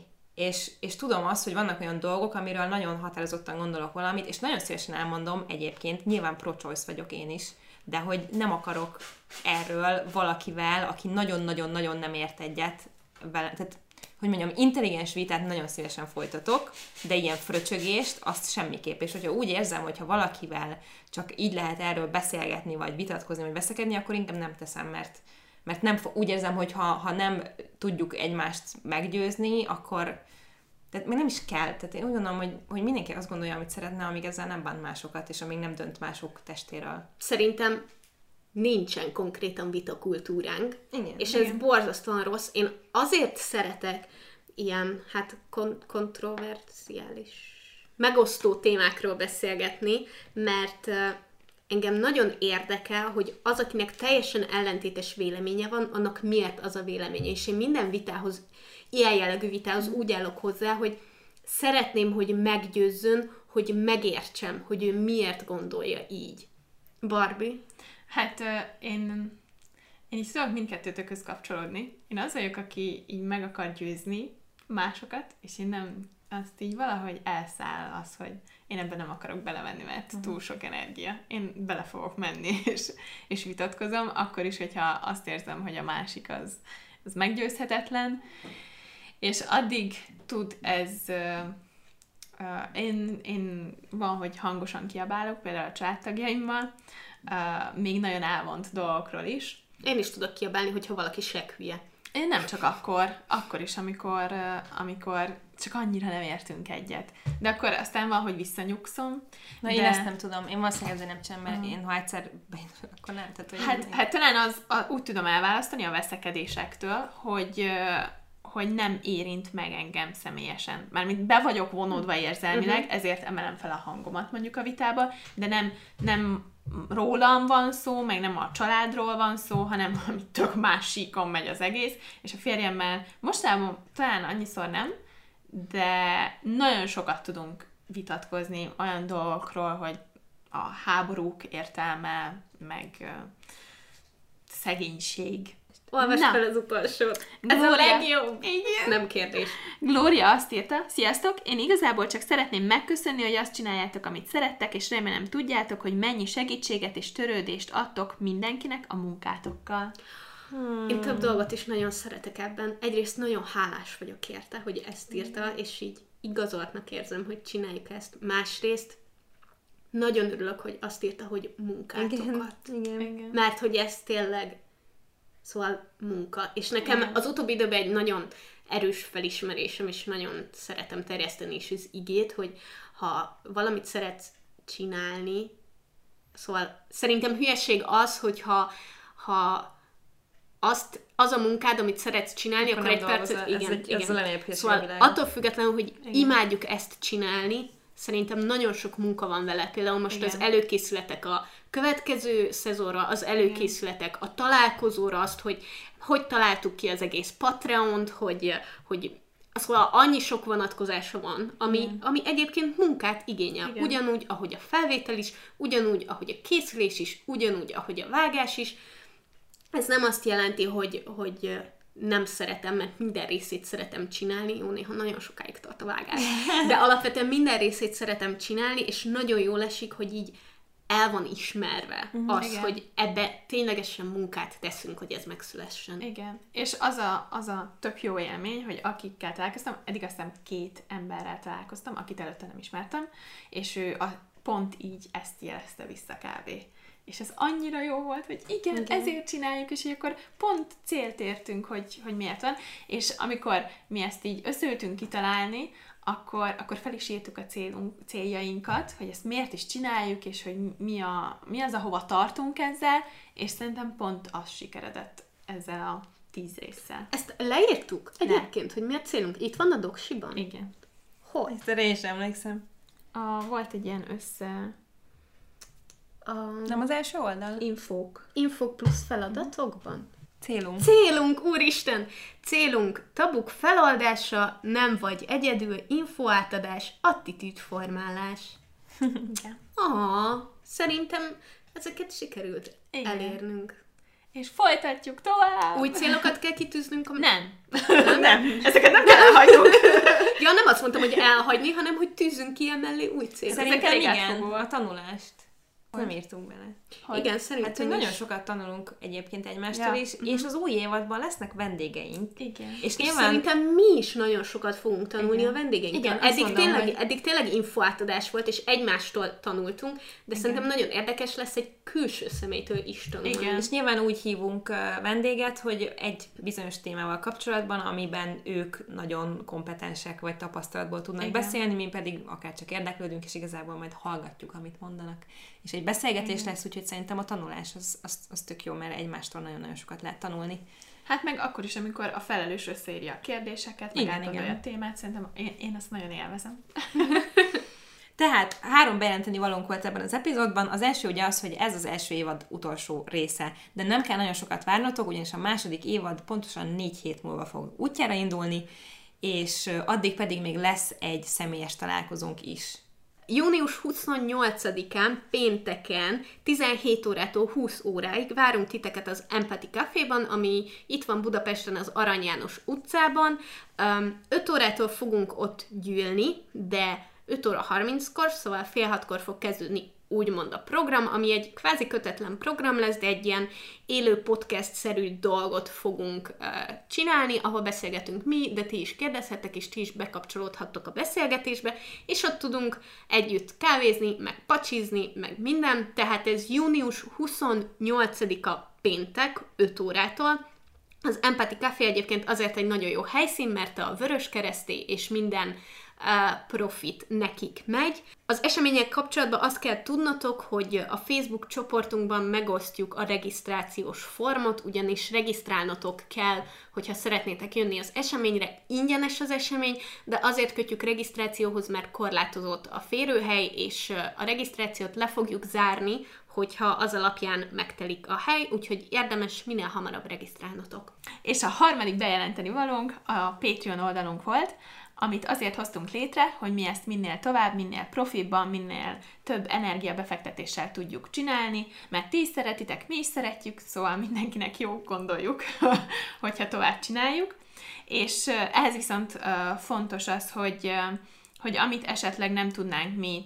És tudom azt, hogy vannak olyan dolgok, amiről nagyon határozottan gondolok valamit, és nagyon szívesen elmondom egyébként, nyilván pro-choice vagyok én is, de hogy nem akarok erről valakivel, aki nagyon-nagyon-nagyon nem ért egyet, vele, tehát hogy mondjam, intelligens vitát nagyon szívesen folytatok, de ilyen fröcsögést, azt semmiképp. És hogyha úgy érzem, hogy ha valakivel csak így lehet erről beszélgetni, vagy vitatkozni, vagy veszekedni, akkor inkább nem teszem, mert nem úgy érzem, hogy ha nem tudjuk egymást meggyőzni, akkor tehát még nem is kell. Tehát én úgy gondolom, hogy mindenki azt gondolja, amit szeretne, amíg ezzel nem bánt másokat, és amíg nem dönt mások testéről. Szerintem nincsen konkrétan vitakultúránk, Igen, és igen. ez borzasztóan rossz. Én azért szeretek ilyen, kontroversiális, megosztó témákról beszélgetni, mert engem nagyon érdekel, hogy az, akinek teljesen ellentétes véleménye van, annak miért az a véleménye. És én minden vitához, ilyen jellegű vitához úgy állok hozzá, hogy szeretném, hogy meggyőzzön, hogy megértsem, hogy ő miért gondolja így. Barbie? Hát én így tudok mindkettőtökhöz kapcsolódni. Én az vagyok, aki így meg akar győzni másokat, és én nem, azt így valahogy elszáll az, hogy én ebben nem akarok belemenni, mert túl sok energia. Én bele fogok menni, és vitatkozom, akkor is, hogyha azt érzem, hogy a másik az meggyőzhetetlen, és addig tud ez... Én van, hogy hangosan kiabálok, például a családtagjaimmal, még nagyon elvont dolgokról is. Én is tudok kiabálni, hogyha valaki hülye. Én nem csak akkor is, amikor csak annyira nem értünk egyet. De akkor aztán van, hogy visszanyugszom. Na, én ezt nem tudom. Én valószínűleg ezért nem csinálom, mert én, ha egyszer beindul, akkor nem. Tehát, hogy Hát talán úgy tudom elválasztani a veszekedésektől, hogy nem érint meg engem személyesen. Mármint be vagyok vonódva érzelmileg, ezért emelem fel a hangomat mondjuk a vitába, de nem rólam van szó, meg nem a családról van szó, hanem valami tök más síkon megy az egész, és a férjemmel mostában talán annyiszor nem, de nagyon sokat tudunk vitatkozni olyan dolgokról, hogy a háborúk értelme, meg szegénység. Olvasd fel az utolsót. Ez a legjobb. Igen. Nem kérdés. Glória azt írta, sziasztok, én igazából csak szeretném megköszönni, hogy azt csináljátok, amit szerettek, és remélem tudjátok, hogy mennyi segítséget és törődést adtok mindenkinek a munkátokkal. Én több dolgot is nagyon szeretek ebben. Egyrészt nagyon hálás vagyok érte, hogy ezt írta, és így igazoltnak érzem, hogy csináljuk ezt. Másrészt nagyon örülök, hogy azt írta, hogy munkátokat. Igen. Mert hogy ez tényleg szóval munka. És nekem az utóbbi időben egy nagyon erős felismerésem, és nagyon szeretem terjeszteni is az igét, hogy ha valamit szeretsz csinálni, szóval szerintem hülyeség az, hogyha az a munkád, amit szeretsz csinálni, akkor egy percet... Igen. Szóval attól függetlenül, hogy imádjuk ezt csinálni, szerintem nagyon sok munka van vele. Például most az előkészületek a következő szezonra, az előkészületek a találkozóra, azt, hogy találtuk ki az egész Patreont, hogy szóval annyi sok vonatkozása van, ami egyébként munkát igényel. Igen. Ugyanúgy, ahogy a felvétel is, ugyanúgy, ahogy a készülés is, ugyanúgy, ahogy a vágás is. Ez nem azt jelenti, hogy nem szeretem, mert minden részét szeretem csinálni. Jó, néha nagyon sokáig tart a vágás. De alapvetően minden részét szeretem csinálni, és nagyon jól esik, hogy így el van ismerve az, hogy ebbe ténylegesen munkát teszünk, hogy ez megszülessen. Igen. És az a tök jó élmény, hogy akikkel találkoztam, eddig aztán 2 emberrel találkoztam, akit előtte nem ismertem, és ő pont így ezt jelezte vissza kb. És ez annyira jó volt, hogy igen, ezért csináljuk, és akkor pont célt értünk, hogy miért van. És amikor mi ezt így összeültünk kitalálni, akkor fel is írtuk a céljainkat, hogy ezt miért is csináljuk, és hogy mi az, ahova tartunk ezzel, és szerintem pont az sikeredett ezzel a 10 résszel. Ezt leírtuk egyébként, hogy mi a célunk? Itt van a doksiban? Igen. Hol? Ezt erre én sem emlékszem. Volt egy ilyen Nem az első oldal? Infók plusz feladatokban? Célunk, úristen! Célunk, tabuk feloldása, nem vagy egyedül, infóátadás, attitűdformálás. Igen. Szerintem ezeket sikerült elérnünk. És folytatjuk tovább! Új célokat kell kitűznünk? Nem. Ezeket nem kell elhagynunk. Ja, nem azt mondtam, hogy elhagyni, hanem hogy tűzzünk ki emellé új célokat. Szerintem igen, a tanulást. Nem írtunk bele. Igen, szerintem hát, hogy nagyon sokat tanulunk egyébként egymástól is, és az új évadban lesznek vendégeink. Igen. És nyilván... szerintem mi is nagyon sokat fogunk tanulni a vendégeinktől. Eddig tényleg infoátadás volt, és egymástól tanultunk, de szerintem nagyon érdekes lesz egy külső személytől is tanulni. Igen. És nyilván úgy hívunk vendéget, hogy egy bizonyos témával kapcsolatban, amiben ők nagyon kompetensek vagy tapasztalatból tudnak beszélni, mi pedig akár csak érdeklődünk, és igazából majd hallgatjuk, amit mondanak. És egy beszélgetés lesz, úgyhogy szerintem a tanulás az tök jó, mert egymástól nagyon-nagyon sokat lehet tanulni. Hát meg akkor is, amikor a felelős összeírja a kérdéseket, meg átadja a témát, szerintem én azt nagyon élvezem. Tehát 3 bejelenteni valónk volt ebben az epizódban. Az első ugye az, hogy ez az első évad utolsó része, de nem kell nagyon sokat várnotok, ugyanis a második évad pontosan 4 hét múlva fog útjára indulni, és addig pedig még lesz egy személyes találkozónk is. Június 28-án, pénteken, 17 órától 20 óráig várunk titeket az Empathy Caféban, ami itt van Budapesten az Arany János utcában. 5 órától fogunk ott gyűlni, de 5 óra 30-kor, szóval fél 6-kor fog kezdődni úgymond a program, ami egy kvázi kötetlen program lesz, de egy ilyen élő podcast-szerű dolgot fogunk csinálni, ahol beszélgetünk mi, de ti is kérdezhettek, és ti is bekapcsolódhattok a beszélgetésbe, és ott tudunk együtt kávézni, meg pacsizni, meg minden, tehát ez június 28-a péntek, 5 órától. Az Empathy Café egyébként azért egy nagyon jó helyszín, mert a Vöröskereszté és minden profit nekik megy. Az események kapcsolatban azt kell tudnotok, hogy a Facebook csoportunkban megosztjuk a regisztrációs formot, ugyanis regisztrálnotok kell, hogyha szeretnétek jönni az eseményre. Ingyenes az esemény, de azért kötjük regisztrációhoz, mert korlátozott a férőhely, és a regisztrációt le fogjuk zárni, hogyha az alapján megtelik a hely, úgyhogy érdemes minél hamarabb regisztrálnotok. És a harmadik bejelenteni valónk a Patreon oldalunk volt, amit azért hoztunk létre, hogy mi ezt minél tovább, minél profibban, minél több energiabefektetéssel tudjuk csinálni, mert ti is szeretitek, mi is szeretjük, szóval mindenkinek jó, gondoljuk, hogyha tovább csináljuk. És ehhez viszont fontos az, hogy amit esetleg nem tudnánk mi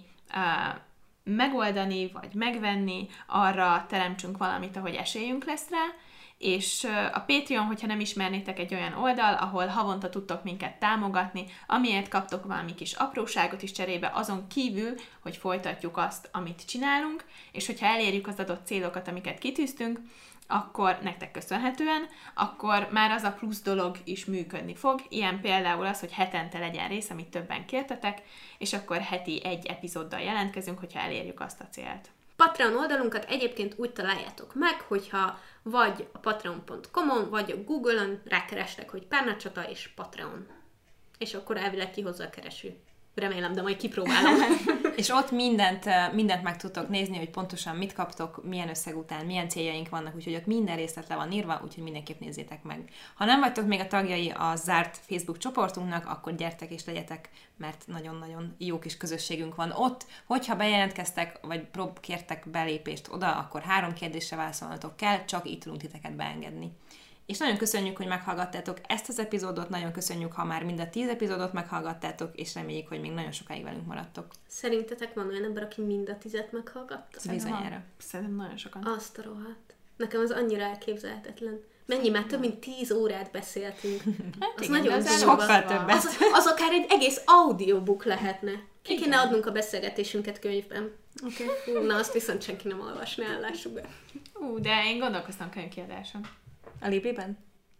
megoldani, vagy megvenni, arra teremtsünk valamit, ahogy esélyünk lesz rá, és a Patreon, hogyha nem ismernétek, egy olyan oldal, ahol havonta tudtok minket támogatni, amiért kaptok valami kis apróságot is cserébe, azon kívül, hogy folytatjuk azt, amit csinálunk, és hogyha elérjük az adott célokat, amiket kitűztünk, akkor nektek köszönhetően, akkor már az a plusz dolog is működni fog. Ilyen például az, hogy hetente legyen rész, amit többen kértetek, és akkor heti egy epizóddal jelentkezünk, hogyha elérjük azt a célt. Patreon oldalunkat egyébként úgy találjátok meg, hogyha vagy a patreon.com-on, vagy a Google-on rákerestek, hogy Párnacsata és Patreon. És akkor elvileg kihozza a kereső. Remélem, de majd kipróbálom. És ott mindent meg tudtok nézni, hogy pontosan mit kaptok, milyen összeg után, milyen céljaink vannak, úgyhogy ott minden részlet le van írva, úgyhogy mindenképp nézzétek meg. Ha nem vagytok még a tagjai a zárt Facebook csoportunknak, akkor gyertek és legyetek, mert nagyon-nagyon jó kis közösségünk van ott. Hogyha bejelentkeztek, vagy kértek belépést oda, akkor 3 kérdésre válaszolnatok kell, csak így tudunk titeket beengedni. És nagyon köszönjük, hogy meghallgattátok ezt az epizódot, nagyon köszönjük, ha már mind a 10 epizódot meghallgattátok, és reméljük, hogy még nagyon sokáig velünk maradtok. Szerintetek van olyan ember, aki mind a 10-et meghallgatta? Bizonyára. Szerintem nagyon sokan. Azt a rohadt. Nekem az annyira elképzelhetetlen. Mennyi, már több mint 10 órát beszéltünk. Hát az igen, nagyon sokkal többet. Az akár egy egész audiobook lehetne. Ki kéne adnunk a beszélgetésünket könyvben. Okay. Na, azt viszont senki nem olvasná, lássuk be. De én gondolkoztam könyvkiadáson. A Libriben?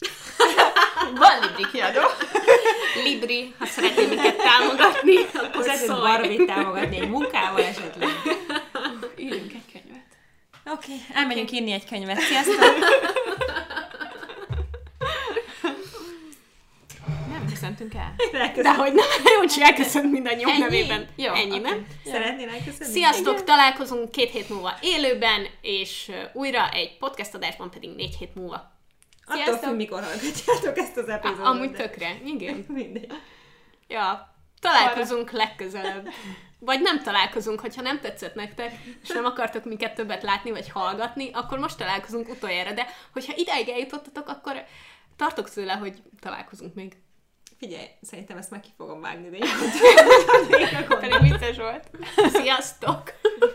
Van Libri kiadó. Libri, ha szeretnél minket támogatni, akkor szólj. Barbie támogatni egy munkával esetleg. Írjunk egy könyvet. Oké, elmegyünk írni egy könyvet. Sziasztok! Nem köszöntünk el. De hogy nem, jó, hogy elköszönt mindannyiunk nevében. Jó, ennyi, nem? Szeretnél elköszönni? Sziasztok, igen. Találkozunk 2 hét múlva élőben, és újra egy podcast adásban pedig 4 hét múlva. Attól függ, mikor hallgatjátok ezt az epizódot. Amúgy tökre, igen. Mindegy. Ja, találkozunk legközelebb. Vagy nem találkozunk, hogyha nem tetszett nektek, és nem akartok minket többet látni, vagy hallgatni, akkor most találkozunk utoljára. De hogyha idáig eljutottatok, akkor tartok tőle, hogy találkozunk még. Figyelj, szerintem ezt meg ki fogom vágni, de pedig vicces volt. Sziasztok!